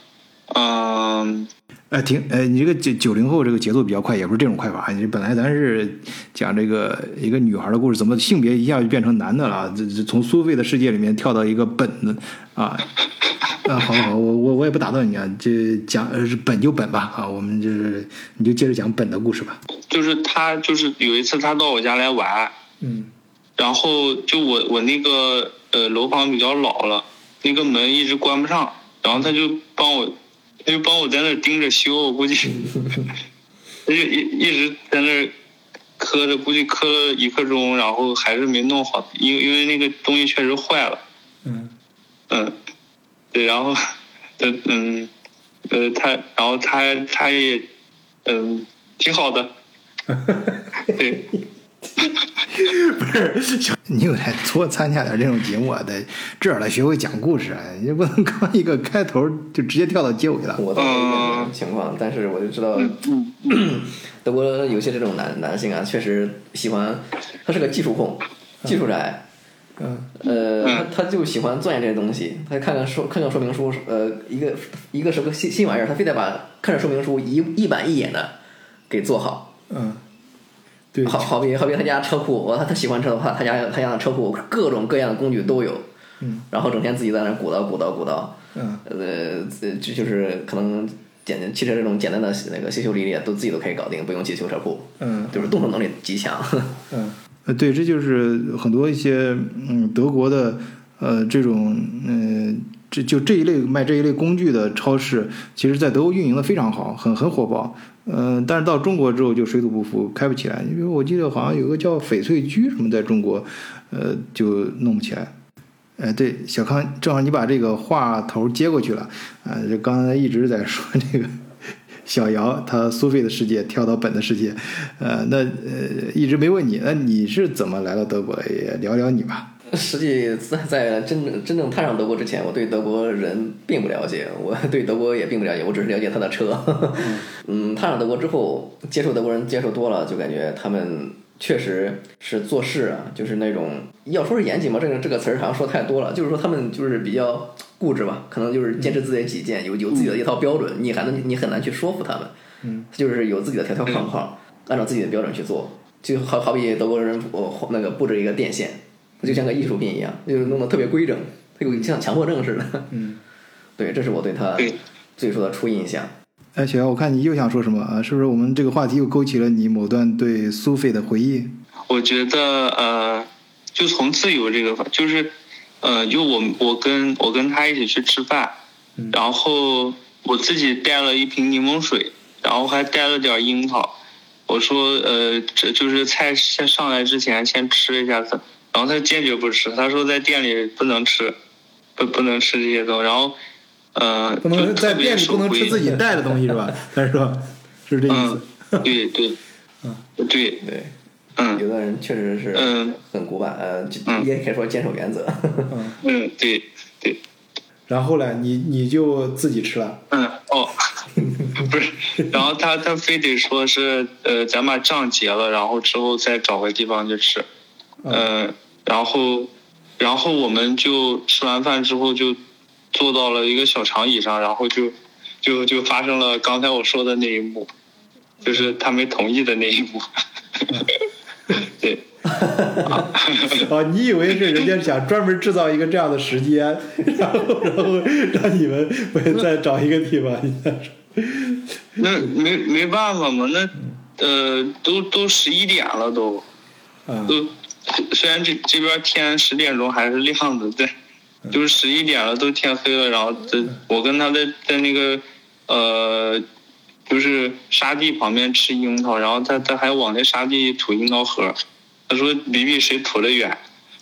嗯。 呃，停，呃，你这个九九零后这个节奏比较快，也不是这种快法。你本来咱是讲这个一个女孩的故事，怎么性别一下就变成男的了？这这从苏菲的世界里面跳到一个本的啊啊，好好，我我我也不打断你啊，这讲呃本就本吧啊，我们就是你就接着讲本的故事吧。 就是他就是有一次他到我家来玩， 嗯， 然后就我我那个呃楼房比较老了，那个门一直关不上，然后他就帮我。他就帮我在那儿盯着修，我估计他就一一直在那儿磕着，估计磕了一刻钟，然后还是没弄好，因为因为那个东西确实坏了。 嗯嗯，对，然后呃嗯呃他，然后他他也嗯挺好的，对。 不是，你有点多参加点这种节目啊，得至少得学会讲故事啊，你不能刚一个开头就直接跳到结尾了。 我倒没这种情况，但是我就知道，德国有些这种男男性啊，确实喜欢，他是个技术控，技术宅。 嗯， 呃，他他就喜欢钻研这些东西，他看看说看看说明书，呃，一个一个什么新新玩意儿，他非得把看着说明书一一板一眼的给做好。 嗯。对， 好好比好比他家车库，我他他喜欢车的话，他家他家的车库各种各样的工具都有， 嗯， 然后整天自己在那鼓捣鼓捣鼓捣， 嗯， 呃，这就是可能简汽车这种简单的那个修修理理都自己都可以搞定，不用去修车库， 嗯， 就是动手能力极强， 嗯， 呃，对，这就是很多一些嗯德国的呃这种嗯、呃、这就这一类卖这一类工具的超市，其实在德国运营的非常好，很很火爆。嗯、呃，但是到中国之后就水土不服，开不起来。因为我记得好像有个叫翡翠居什么，在中国，呃，就弄不起来。哎，对，小康，正好你把这个话头接过去了啊！就刚才一直在说这个小姚他苏菲的世界跳到本的世界，呃，那呃一直没问你，那你是怎么来到德国的？也聊聊你吧。 实际在在真正真正踏上德国之前，我对德国人并不了解，我对德国也并不了解，我只是了解他的车。嗯，踏上德国之后，接触德国人接触多了，就感觉他们确实是做事啊，就是那种要说是严谨嘛，这个这个词儿好像说太多了，就是说他们就是比较固执吧，可能就是坚持自己的己见，有有自己的一套标准，你还能你很难去说服他们。 嗯， 就是有自己的条条框框，按照自己的标准去做，就好好比德国人我那个布置一个电线。就像个艺术品一样，就是弄得特别规整，它有像强迫症似的。 嗯， 对，这是我对他最初的初印象。 哎，小姚，我看你又想说什么啊？是不是我们这个话题又勾起了你某段对苏菲的回忆？ 我觉得呃，就从自由这个，就是呃，就我我跟我跟他一起去吃饭， 嗯、 然后我自己带了一瓶柠檬水，然后还带了点樱桃。我说呃，这就是菜先上来之前先吃一下子。然后他坚决不吃，他说在店里不能吃，不不能吃这些东西。然后，呃， 不能在店里不能吃自己带的东西是吧？他说是这意思。 嗯、对对， 嗯， 对对， 嗯， 有的人确实是嗯很古板，呃，嗯、也可以说坚守原则。 嗯嗯，对对。 然后呢，你你就自己吃了。 嗯哦，不是，然后他他非得说是呃，咱把账结了，然后之后再找个地方去吃。嗯、呃，然后，然后我们就吃完饭之后就坐到了一个小长椅上，然后就就就发生了刚才我说的那一幕，就是他没同意的那一幕。对。 哦，你以为是人家想专门制造一个这样的时间，然后然后让你们再找一个地方？ 那没没办法嘛，那呃都都十一点了都， 嗯、 都。虽然这这边天十点钟还是亮的，对，就是十一点了，都天黑了。然后这我跟他在在那个呃，就是沙地旁边吃樱桃，然后他他还往那沙地吐樱桃核，他说比比谁吐得远。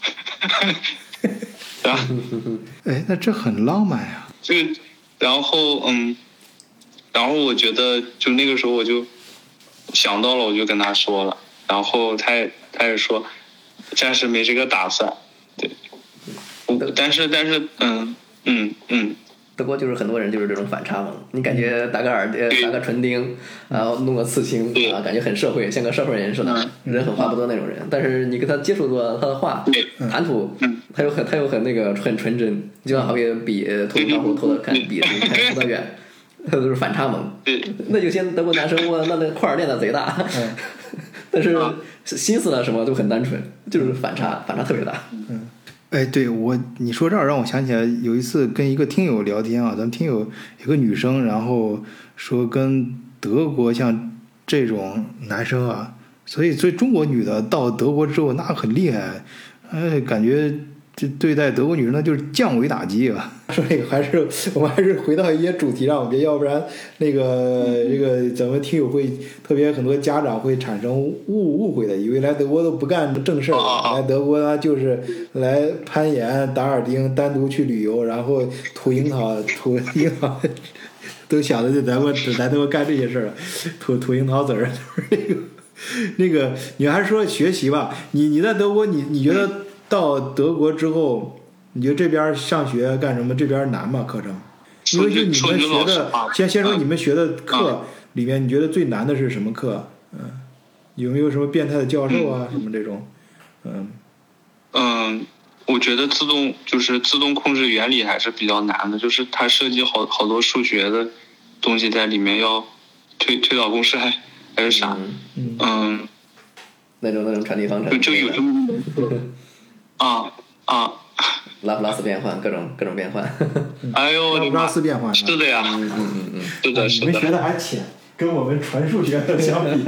然后， 哎，那这很浪漫呀。 就然后嗯，然后我觉得就那个时候我就想到了，我就跟他说了，然后他也他也说。暂时没这个打算，对，但是但是嗯嗯嗯， 德国就是很多人就是这种反差嘛，你感觉打个耳打个唇钉，然后弄个刺青啊，感觉很社会，像个社会人似的，人狠话不多那种人。但是你跟他接触多，他的话谈吐，他又很他又很那个很纯真，就像好比比投影窗户投的看比看投得远。 那都是反差萌。 对， 那有些德国男生我那那块儿练的贼大， 嗯， 但是心思呢什么都很单纯，就是反差反差特别大。 嗯，哎，对我你说这儿让我想起来有一次跟一个听友聊天啊，咱们听友有个女生，然后说跟德国像这种男生啊，所以所以中国女的到德国之后那很厉害，哎，感觉这对待德国女生那就是降维打击啊。说这个还是我们还是回到一些主题上，我觉得要不然那个这个咱们听友会特别很多家长会产生误误会的，以为来德国都不干正事儿，来德国呢就是来攀岩、打耳钉、单独去旅游，然后吐樱桃、吐樱桃。都想着就咱们咱德国干这些事儿了，吐吐樱桃籽儿，就是那个那个，你还是说学习吧？你你在德国，你你觉得到德国之后，你觉得这边上学干什么？这边难吗？课程？因为就你们学的，先先说你们学的课里面，你觉得最难的是什么课？嗯，有没有什么变态的教授啊？什么这种？嗯嗯。我觉得自动就是自动控制原理还是比较难的，就是它涉及好好多数学的东西在里面，要推推导公式还还是啥， 嗯， 嗯那种那种传递方程， 就就有这么啊啊， 拉普拉斯变换，各种各种变换， 哎呦， 拉普拉斯变换是的呀， 嗯嗯嗯， 是的，是的， 你们学的还浅，跟我们纯数学的相比，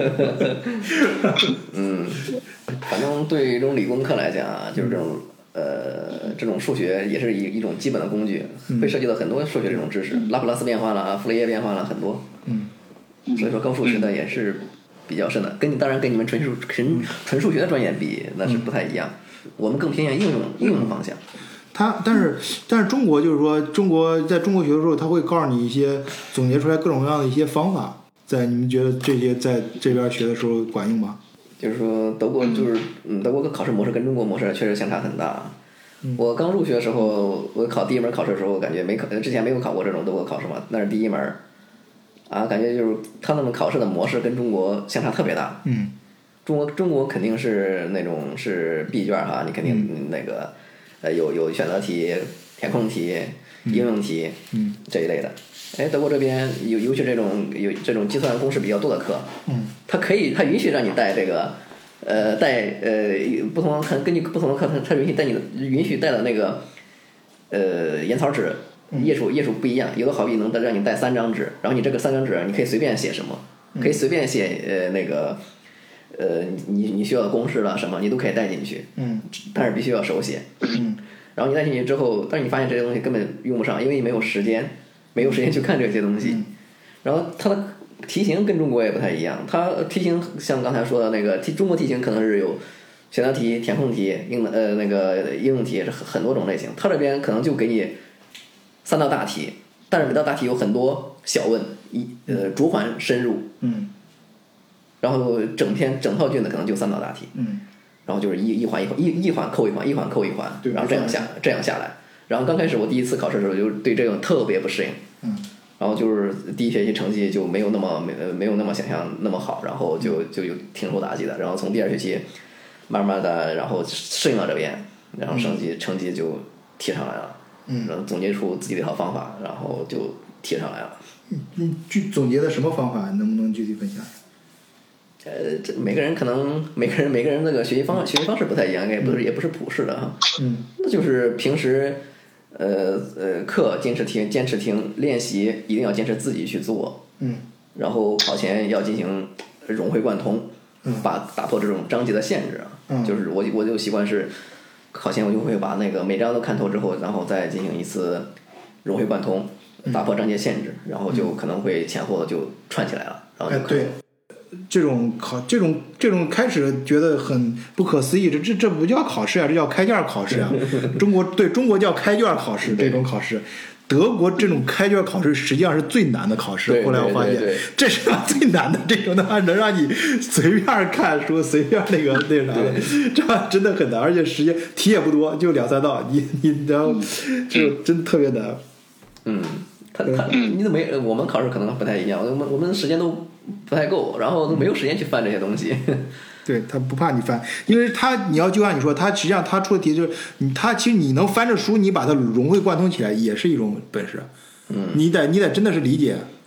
嗯，反正对于这种理工科来讲啊，就是这种。呃，这种数学也是一一种基本的工具，会涉及到很多数学这种知识，拉普拉斯变换了，傅雷叶变换了很多。 嗯， 所以说高数学的也是比较深的，跟你当然跟你们纯数纯纯数学的专业比那是不太一样，我们更偏向应用应用方向。 他但是但是中国就是说，中国在中国学的时候，他会告诉你一些总结出来各种各样的一些方法，在你们觉得这些在这边学的时候管用吗？ 就是说，德国就是嗯，德国的考试模式跟中国模式确实相差很大。嗯、我刚入学的时候，我考第一门考试的时候，我感觉没考，之前没有考过这种德国考试嘛，那是第一门，啊，感觉就是他们考试的模式跟中国相差特别大。 嗯， 中国中国肯定是那种是闭卷哈，你肯定那个、嗯、呃有有选择题、填空题、应用题， 嗯， 这一类的。哎，德国这边有尤其这种有这种计算公式比较多的课， 嗯， 它可以，它允许让你带这个，呃，带呃不同的根据不同的课，它它允许带你的允许带的那个，呃，言草纸页数页数不一样，有的好比能让你带三张纸，然后你这个三张纸你可以随便写什么，可以随便写呃那个，呃你你需要的公式了什么你都可以带进去， 嗯， 但是必须要手写， 嗯， 然后你带进去之后，但是你发现这些东西根本用不上，因为你没有时间。没有时间去看这些东西， 嗯、 然后它的题型跟中国也不太一样。它题型像刚才说的那个题，中国题型可能是有选择题、填空题、应呃那个应用题，是很多种类型。它这边可能就给你三道大题，但是每道大题有很多小问，一呃逐环深入， 嗯， 然后整篇整套卷子可能就三道大题， 嗯， 然后就是一一环一环一一环扣一环，一环扣一环，然后这样下这样下来。然后刚开始我第一次考试的时候，就对这种特别不适应， 嗯， 然后就是第一学期成绩就没有那么没没有那么想象那么好，然后就就有挺受打击的。然后从第二学期慢慢的，然后适应了这边，然后成绩、嗯、成绩就提上来了， 嗯， 然后总结出自己的一套方法，然后就提上来了。 嗯，具总结的什么方法？能不能具体分享？ 呃，这每个人可能每个人每个人那个学习方学习方式不太一样，也不是、嗯、也不是普世的哈。 嗯， 那就是平时。呃呃，课坚持听，坚持听，练习一定要坚持自己去做。 嗯， 然后考前要进行融会贯通， 嗯， 把打破这种章节的限制。 嗯， 就是我我就习惯是考前我就会把那个每章都看透之后，然后再进行一次融会贯通，打破章节限制，然后就可能会前后就串起来了。然后就哎，对。这种考这种这种开始觉得很不可思议，这这这不叫考试啊，这叫开卷考试啊！中国对中国叫开卷考试，这种考试，德国这种开卷考试实际上是最难的考试。后来我发现，这是最难的，这种的话能让你随便看书，随便那个那啥的，这样真的很难，而且时间题也不多，就两三道，你你然后就真特别难。 嗯，他他你怎么没？我们考试可能不太一样，我们我们时间都。不太够，然后都没有时间去翻这些东西。 对，他不怕你翻，因为他你要就像你说，他实际上他出的题就是你，他其实你能翻着书，你把它融会贯通起来，也是一种本事。 嗯， 你得你得真的是理解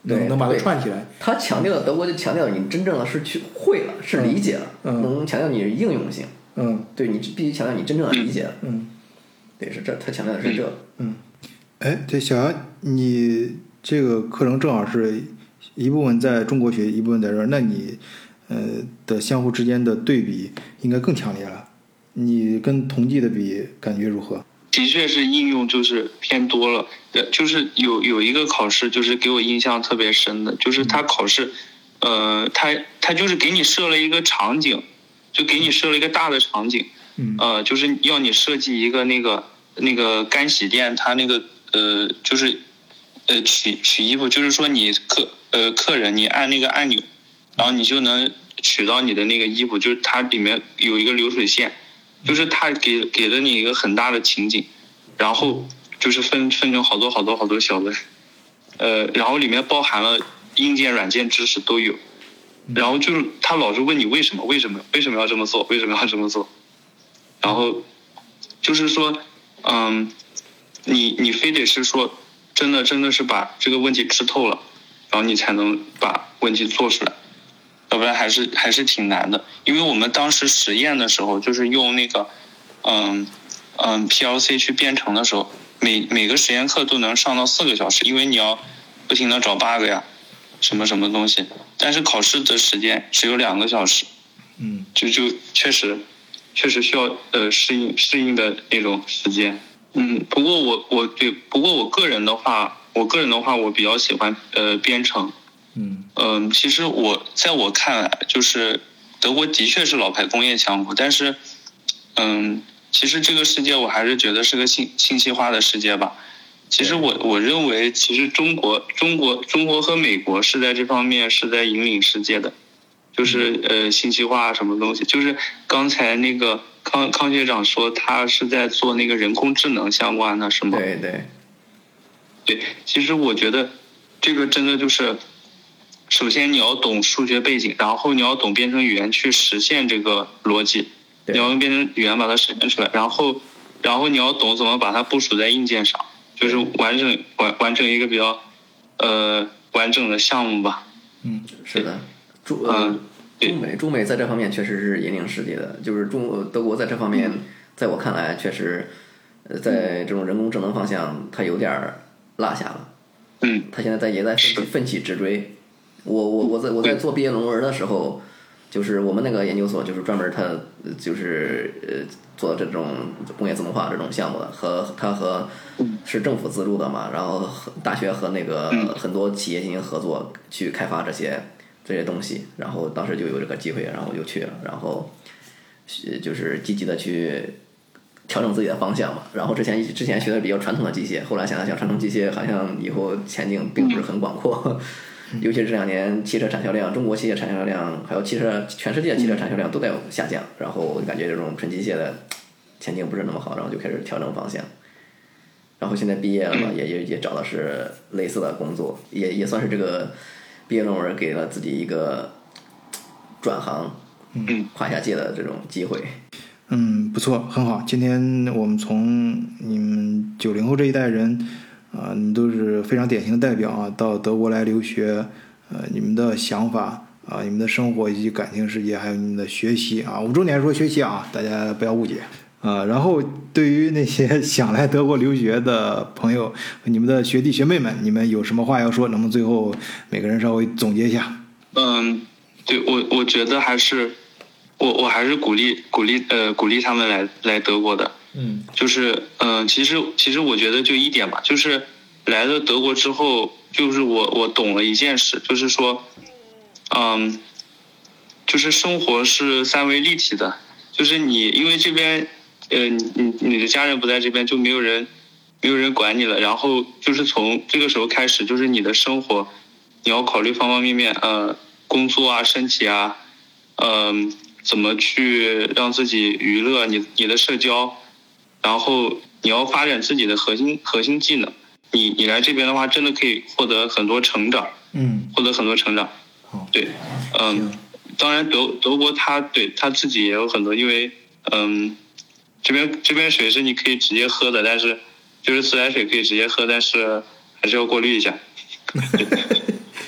能能把它串起来。 他强调的德国就强调你真正的是去会了，是理解了， 嗯、 能强调你的应用性。 嗯， 对你必须强调你真正的理解了。 嗯， 对，是这，他强调的是这。 嗯，哎，这小杨，你这个课程正好是一部分在中国学，一部分在这儿，那你呃的相互之间的对比应该更强烈了。你跟同济的比，感觉如何？ 的确是应用就是偏多了，就是有有一个考试就是给我印象特别深的，就是他考试，呃，他他就是给你设了一个场景，就给你设了一个大的场景，呃，就是要你设计一个那个那个干洗店，他那个呃就是呃取取衣服，就是说你客呃客人你按那个按钮，然后你就能取到你的那个衣服，就是它里面有一个流水线。就是他给给了你一个很大的情景，然后就是分分成好多好多好多小的，呃，然后里面包含了硬件、软件知识都有，然后就是他老是问你为什么为什么为什么要这么做，为什么要这么做，然后就是说，嗯，你你非得是说真的真的是把这个问题吃透了，然后你才能把问题做出来。要不然还是还是挺难的，因为我们当时实验的时候，就是用那个，嗯嗯 P L C 去编程的时候，每每个实验课都能上到四个小时，因为你要不停的找 bug 呀，什么什么东西。但是考试的时间只有两个小时， 嗯， 就就确实确实需要呃适应适应的那种时间。嗯，不过我我对，不过我个人的话，我个人的话，我比较喜欢呃编程。 嗯嗯，其实我在我看来，就是德国的确是老牌工业强国，但是，嗯，其实这个世界我还是觉得是个信信息化的世界吧。其实我我认为，其实中国中国中国和美国是在这方面是在引领世界的，就是呃信息化什么东西，就是刚才那个康康学长说他是在做那个人工智能相关的，是吗？ 对对对，其实我觉得这个真的就是。首先你要懂数学背景，然后你要懂编程语言去实现这个逻辑，你要用编程语言把它实现出来，然后然后你要懂怎么把它部署在硬件上，就是完整完完成一个比较呃完整的项目吧。 嗯，是的，中呃中美中美在这方面确实是引领世界的，就是中德国在这方面，在我看来确实呃在这种人工智能方向它有点落下了。 嗯， 他现在在也在奋起奋起直追。我我我在我在做毕业论文的时候，就是我们那个研究所就是专门他就是呃做这种工业自动化这种项目的，和他和是政府资助的嘛，然后大学和那个很多企业进行合作去开发这些这些东西，然后当时就有这个机会，然后我就去了，然后就是积极的去调整自己的方向嘛。然后之前之前学的比较传统的机械，后来想想传统机械好像以后前景并不是很广阔。尤其是这两年汽车产销量，中国汽车产销量还有汽车全世界汽车产销量都在下降，然后我就感觉这种纯机械的前景不是那么好，然后就开始调整方向。然后现在毕业了嘛，也也也找的是类似的工作，也也算是这个毕业论文给了自己一个转行、跨下界的这种机会。 嗯，不错，很好。今天我们从你们九零后这一代人。啊，你都是非常典型的代表啊！到德国来留学，呃，你们的想法啊，你们的生活以及感情世界，还有你们的学习啊，五周年说学习啊，大家不要误解啊。然后对于那些想来德国留学的朋友，你们的学弟学妹们，你们有什么话要说？能不能最后每个人稍微总结一下？ 嗯，对我我觉得还是我我还是鼓励鼓励呃鼓励他们来来德国的。 嗯， 就是嗯、呃，其实其实我觉得就一点吧，就是来了德国之后，就是我我懂了一件事，就是说，嗯，就是生活是三维立体的，就是你因为这边呃你你你的家人不在这边，就没有人没有人管你了，然后就是从这个时候开始，就是你的生活你要考虑方方面面，呃，工作啊，身体啊，嗯、呃，怎么去让自己娱乐，你你的社交。然后你要发展自己的核心核心技能，你你来这边的话，真的可以获得很多成长， 嗯， 获得很多成长。对，嗯，当然德德国它对它自己也有很多，因为嗯，这边这边水是你可以直接喝的，但是就是自来水可以直接喝，但是还是要过滤一下。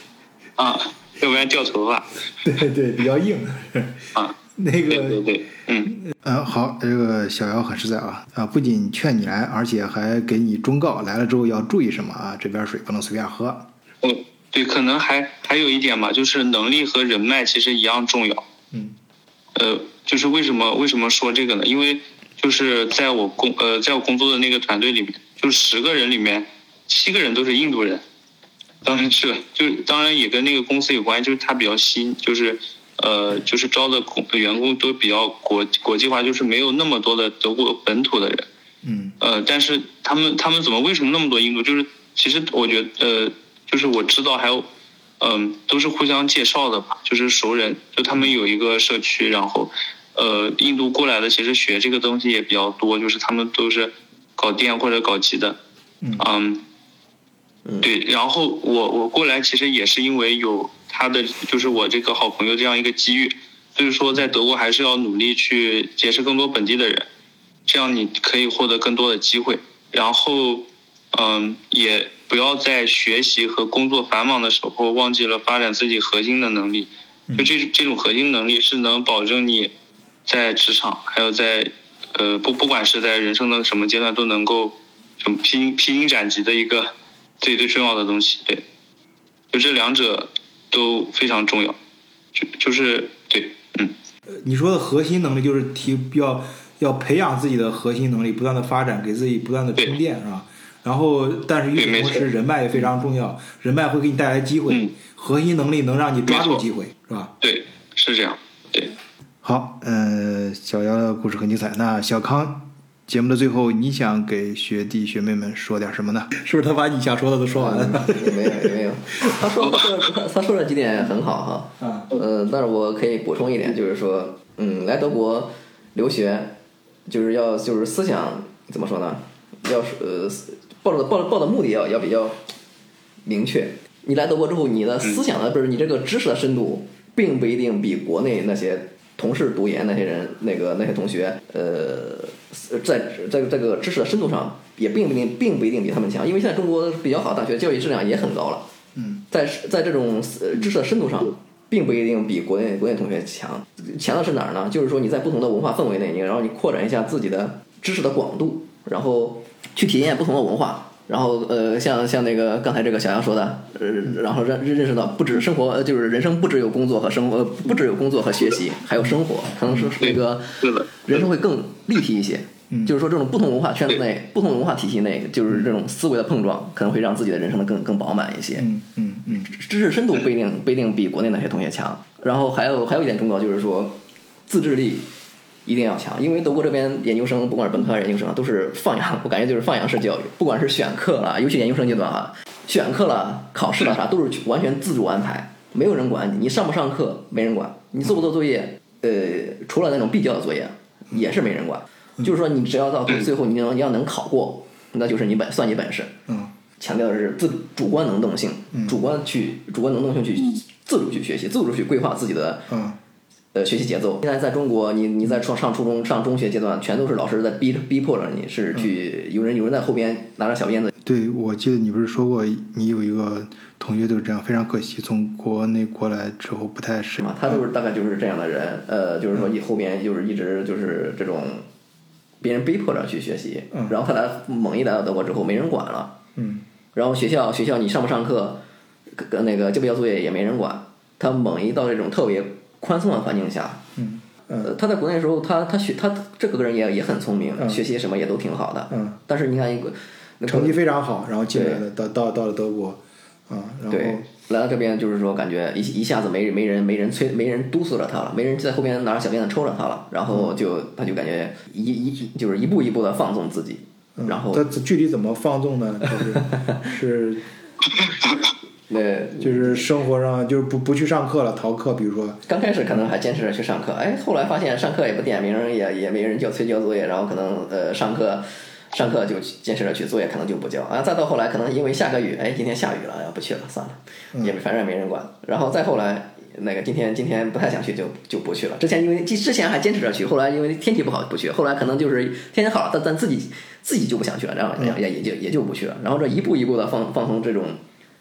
啊，要不然掉头发。 对对，比较硬啊。 那个对对对，嗯， 呃，好，这个小姚很实在啊啊，不仅劝你来，而且还给你忠告，来了之后要注意什么啊？这边水不能随便喝。 哦，对，可能还还有一点吧，就是能力和人脉其实一样重要。 嗯， 呃，就是为什么为什么说这个呢？因为就是在我工呃在我工作的那个团队里面，就十个人里面七个人都是印度人。当然是，就当然也跟那个公司有关系，就是他比较新，就是。呃，就是招的工员工都比较国国际化，就是没有那么多的德国本土的人。 嗯。 呃，但是他们他们怎么为什么那么多印度？就是其实我觉得呃，就是我知道还有，嗯、呃，都是互相介绍的吧，就是熟人，就他们有一个社区，然后呃，印度过来的其实学这个东西也比较多，就是他们都是搞电或者搞机的。 嗯。 嗯，对，然后我我过来其实也是因为有。他的就是我这个好朋友这样一个机遇，所以说在德国还是要努力去结识更多本地的人，这样你可以获得更多的机会。然后，嗯，也不要在学习和工作繁忙的时候忘记了发展自己核心的能力。就这这种核心能力是能保证你在职场还有在呃不不管是在人生的什么阶段都能够就披荆披荆斩棘的一个最最重要的东西。对，就这两者。都非常重要，就就是对，嗯。 你说的核心能力就是提要要培养自己的核心能力，不断的发展，给自己不断的充电，是吧？然后，但是与此同时，人脉也非常重要，人脉会给你带来机会， 嗯、 核心能力能让你抓住机会，是吧？ 对，是这样，对。 好，呃，小姚的故事很精彩。那小康。节目的最后，你想给学弟学妹们说点什么呢？是不是他把你想说的都说完了？ 也没有，也没有。他说他他说的几点很好哈。嗯。呃，但是我可以补充一点，就是说，嗯，来德国留学，就是要就是思想怎么说呢？要呃抱着抱着抱的目的要要比较明确。你来德国之后，你的思想的不是你这个知识的深度，并不一定比国内那些同是读研那些人那个那些同学呃。在在这个知识的深度上，也并不一定并不一定比他们强，因为现在中国比较好的大学教育质量也很高了。 嗯， 在在这种知识的深度上，并不一定比国内国内同学强。强的是哪儿呢？就是说你在不同的文化氛围内，你然后你扩展一下自己的知识的广度，然后去体验不同的文化。然后呃，像像那个刚才这个小杨说的，呃，然后认认识到不止生活，就是人生不只有工作和生活，不只有工作和学习，还有生活，可能是那个人生会更立体一些。就是说这种不同文化圈子内、不同文化体系内，就是这种思维的碰撞，可能会让自己的人生更更饱满一些。 嗯嗯嗯， 知识深度不一定不一定比国内那些同学强。然后还有还有一点重要就是说，自制力一定要强，因为德国这边研究生，不管是本科还是研究生，都是放养，我感觉就是放养式教育，不管是选课啦，尤其研究生阶段哈，选课啦、考试啦啥，都是完全自主安排，没有人管你，你上不上课没人管，你做不做作业，呃，除了那种必交的作业，也是没人管。就是说，你只要到最后你能你要能考过，那就是你本算你本事。 嗯， 强调的是自主观能动性， 嗯、 主观去主观能动性去自主去学习，自主去规划自己的嗯呃学习节奏。现在在中国，你你在上上初中、上中学阶段，全都是老师在逼逼迫着你，是去有人有人在后边拿着小鞭子。 对，我记得你不是说过，你有一个同学就是这样，非常可惜，从国内过来之后不太适应。 他就是大概就是这样的人，呃，就是说你后边就是一直就是这种。别人逼迫着去学习， 嗯、 然后他来猛一来到德国之后没人管了， 嗯， 然后学校学校你上不上课，跟那个交不交作业也没人管，他猛一到这种特别宽松的环境下， 嗯， 呃，他在国内的时候，他他学他这个人也也很聪明， 嗯、 学习什么也都挺好的， 嗯， 但是你看一个、那个、 成绩非常好，然后进来了，到到到了德国，啊，然后对，来到这边就是说感觉一一下子没没人没人催没人督促着他了，没人在后边拿着小鞭子抽着他了，然后就他就感觉一一就是一步一步的放纵自己， 嗯、 然后他具体怎么放纵呢？就是是， 对， 就是生活上就是不不去上课了，逃课，比如说刚开始可能还坚持着去上课，哎，后来发现上课也不点名，也也没人叫催交作业，然后可能呃上课。上课就坚持着去，作业可能就不交啊。再到后来，可能因为下个雨，哎，今天下雨了，要不去了，算了，也反正也没人管。然后再后来，那个今天今天不太想去，就就不去了。之前因为之前还坚持着去，后来因为天气不好不去，后来可能就是天气好了，但但自己自己就不想去了，然后也也就也就不去了。然后这一步一步的放放松这种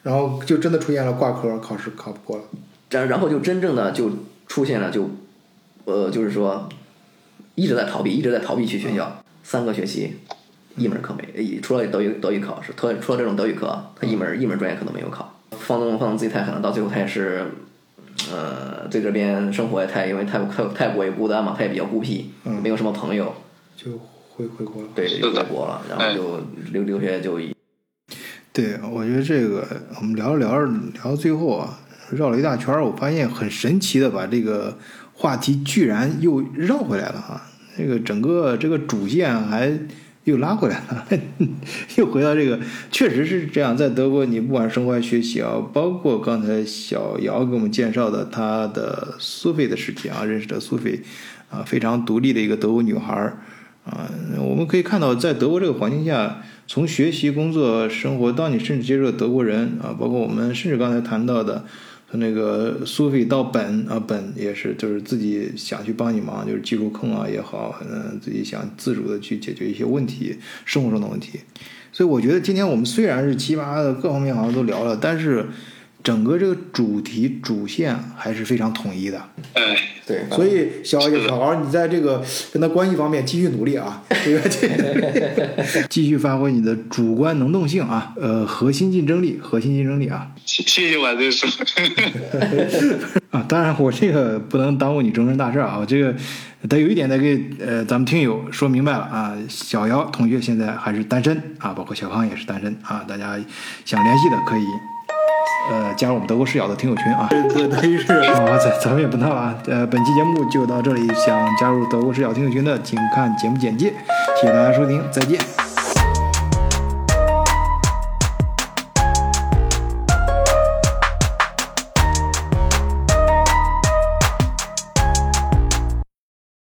然后就真的出现了挂科，考试考不过了。 然然后就真正的就出现了就，呃，就是说一直在逃避，一直在逃避去学校，三个学期一门课没，除了德语德语考试，除了除了这种德语课，他一门一门专业课都没有考。放纵放纵自己太狠了，到最后他也是，呃，对这边生活也太因为太太太过于孤单嘛，他也比较孤僻， 嗯、 没有什么朋友， 就回回国了。 对，就回国了，然后就留留学就。 对，我觉得这个我们聊着聊着聊到最后啊，绕了一大圈，我发现很神奇的把这个话题居然又绕回来了哈，这个整个这个主线还又拉回来了，又回到这个，确实是这样，在德国你不管生活还学习啊，包括刚才小姚给我们介绍的她的苏菲的事情啊，认识的苏菲啊，非常独立的一个德国女孩啊，我们可以看到在德国这个环境下，从学习、工作、生活，当你甚至接触德国人啊，包括我们甚至刚才谈到的，从那个苏菲到本啊，本也是就是自己想去帮你忙，就是技术控啊也好，嗯，自己想自主的去解决一些问题，生活中的问题。所以我觉得今天我们虽然是七八的各方面好像都聊了，但是整个这个主题主线还是非常统一的。 哎， 对， 所以小小孩你在这个跟他关系方面继续努力啊，这个继续发挥你的主观能动性啊，呃，核心竞争力，核心竞争力啊。 谢谢我这说。 啊，当然我这个不能耽误你终身大事啊，我这个得有一点得给呃咱们听友说明白了啊，小姚同学现在还是单身啊，包括小康也是单身啊，大家想联系的可以。呃，加入我们德国视角的听友群啊， 对，等于是啊，咱咱们也不闹了啊。呃，本期节目就到这里，想加入德国视角听友群的，请看节目简介。谢谢大家收听，再见。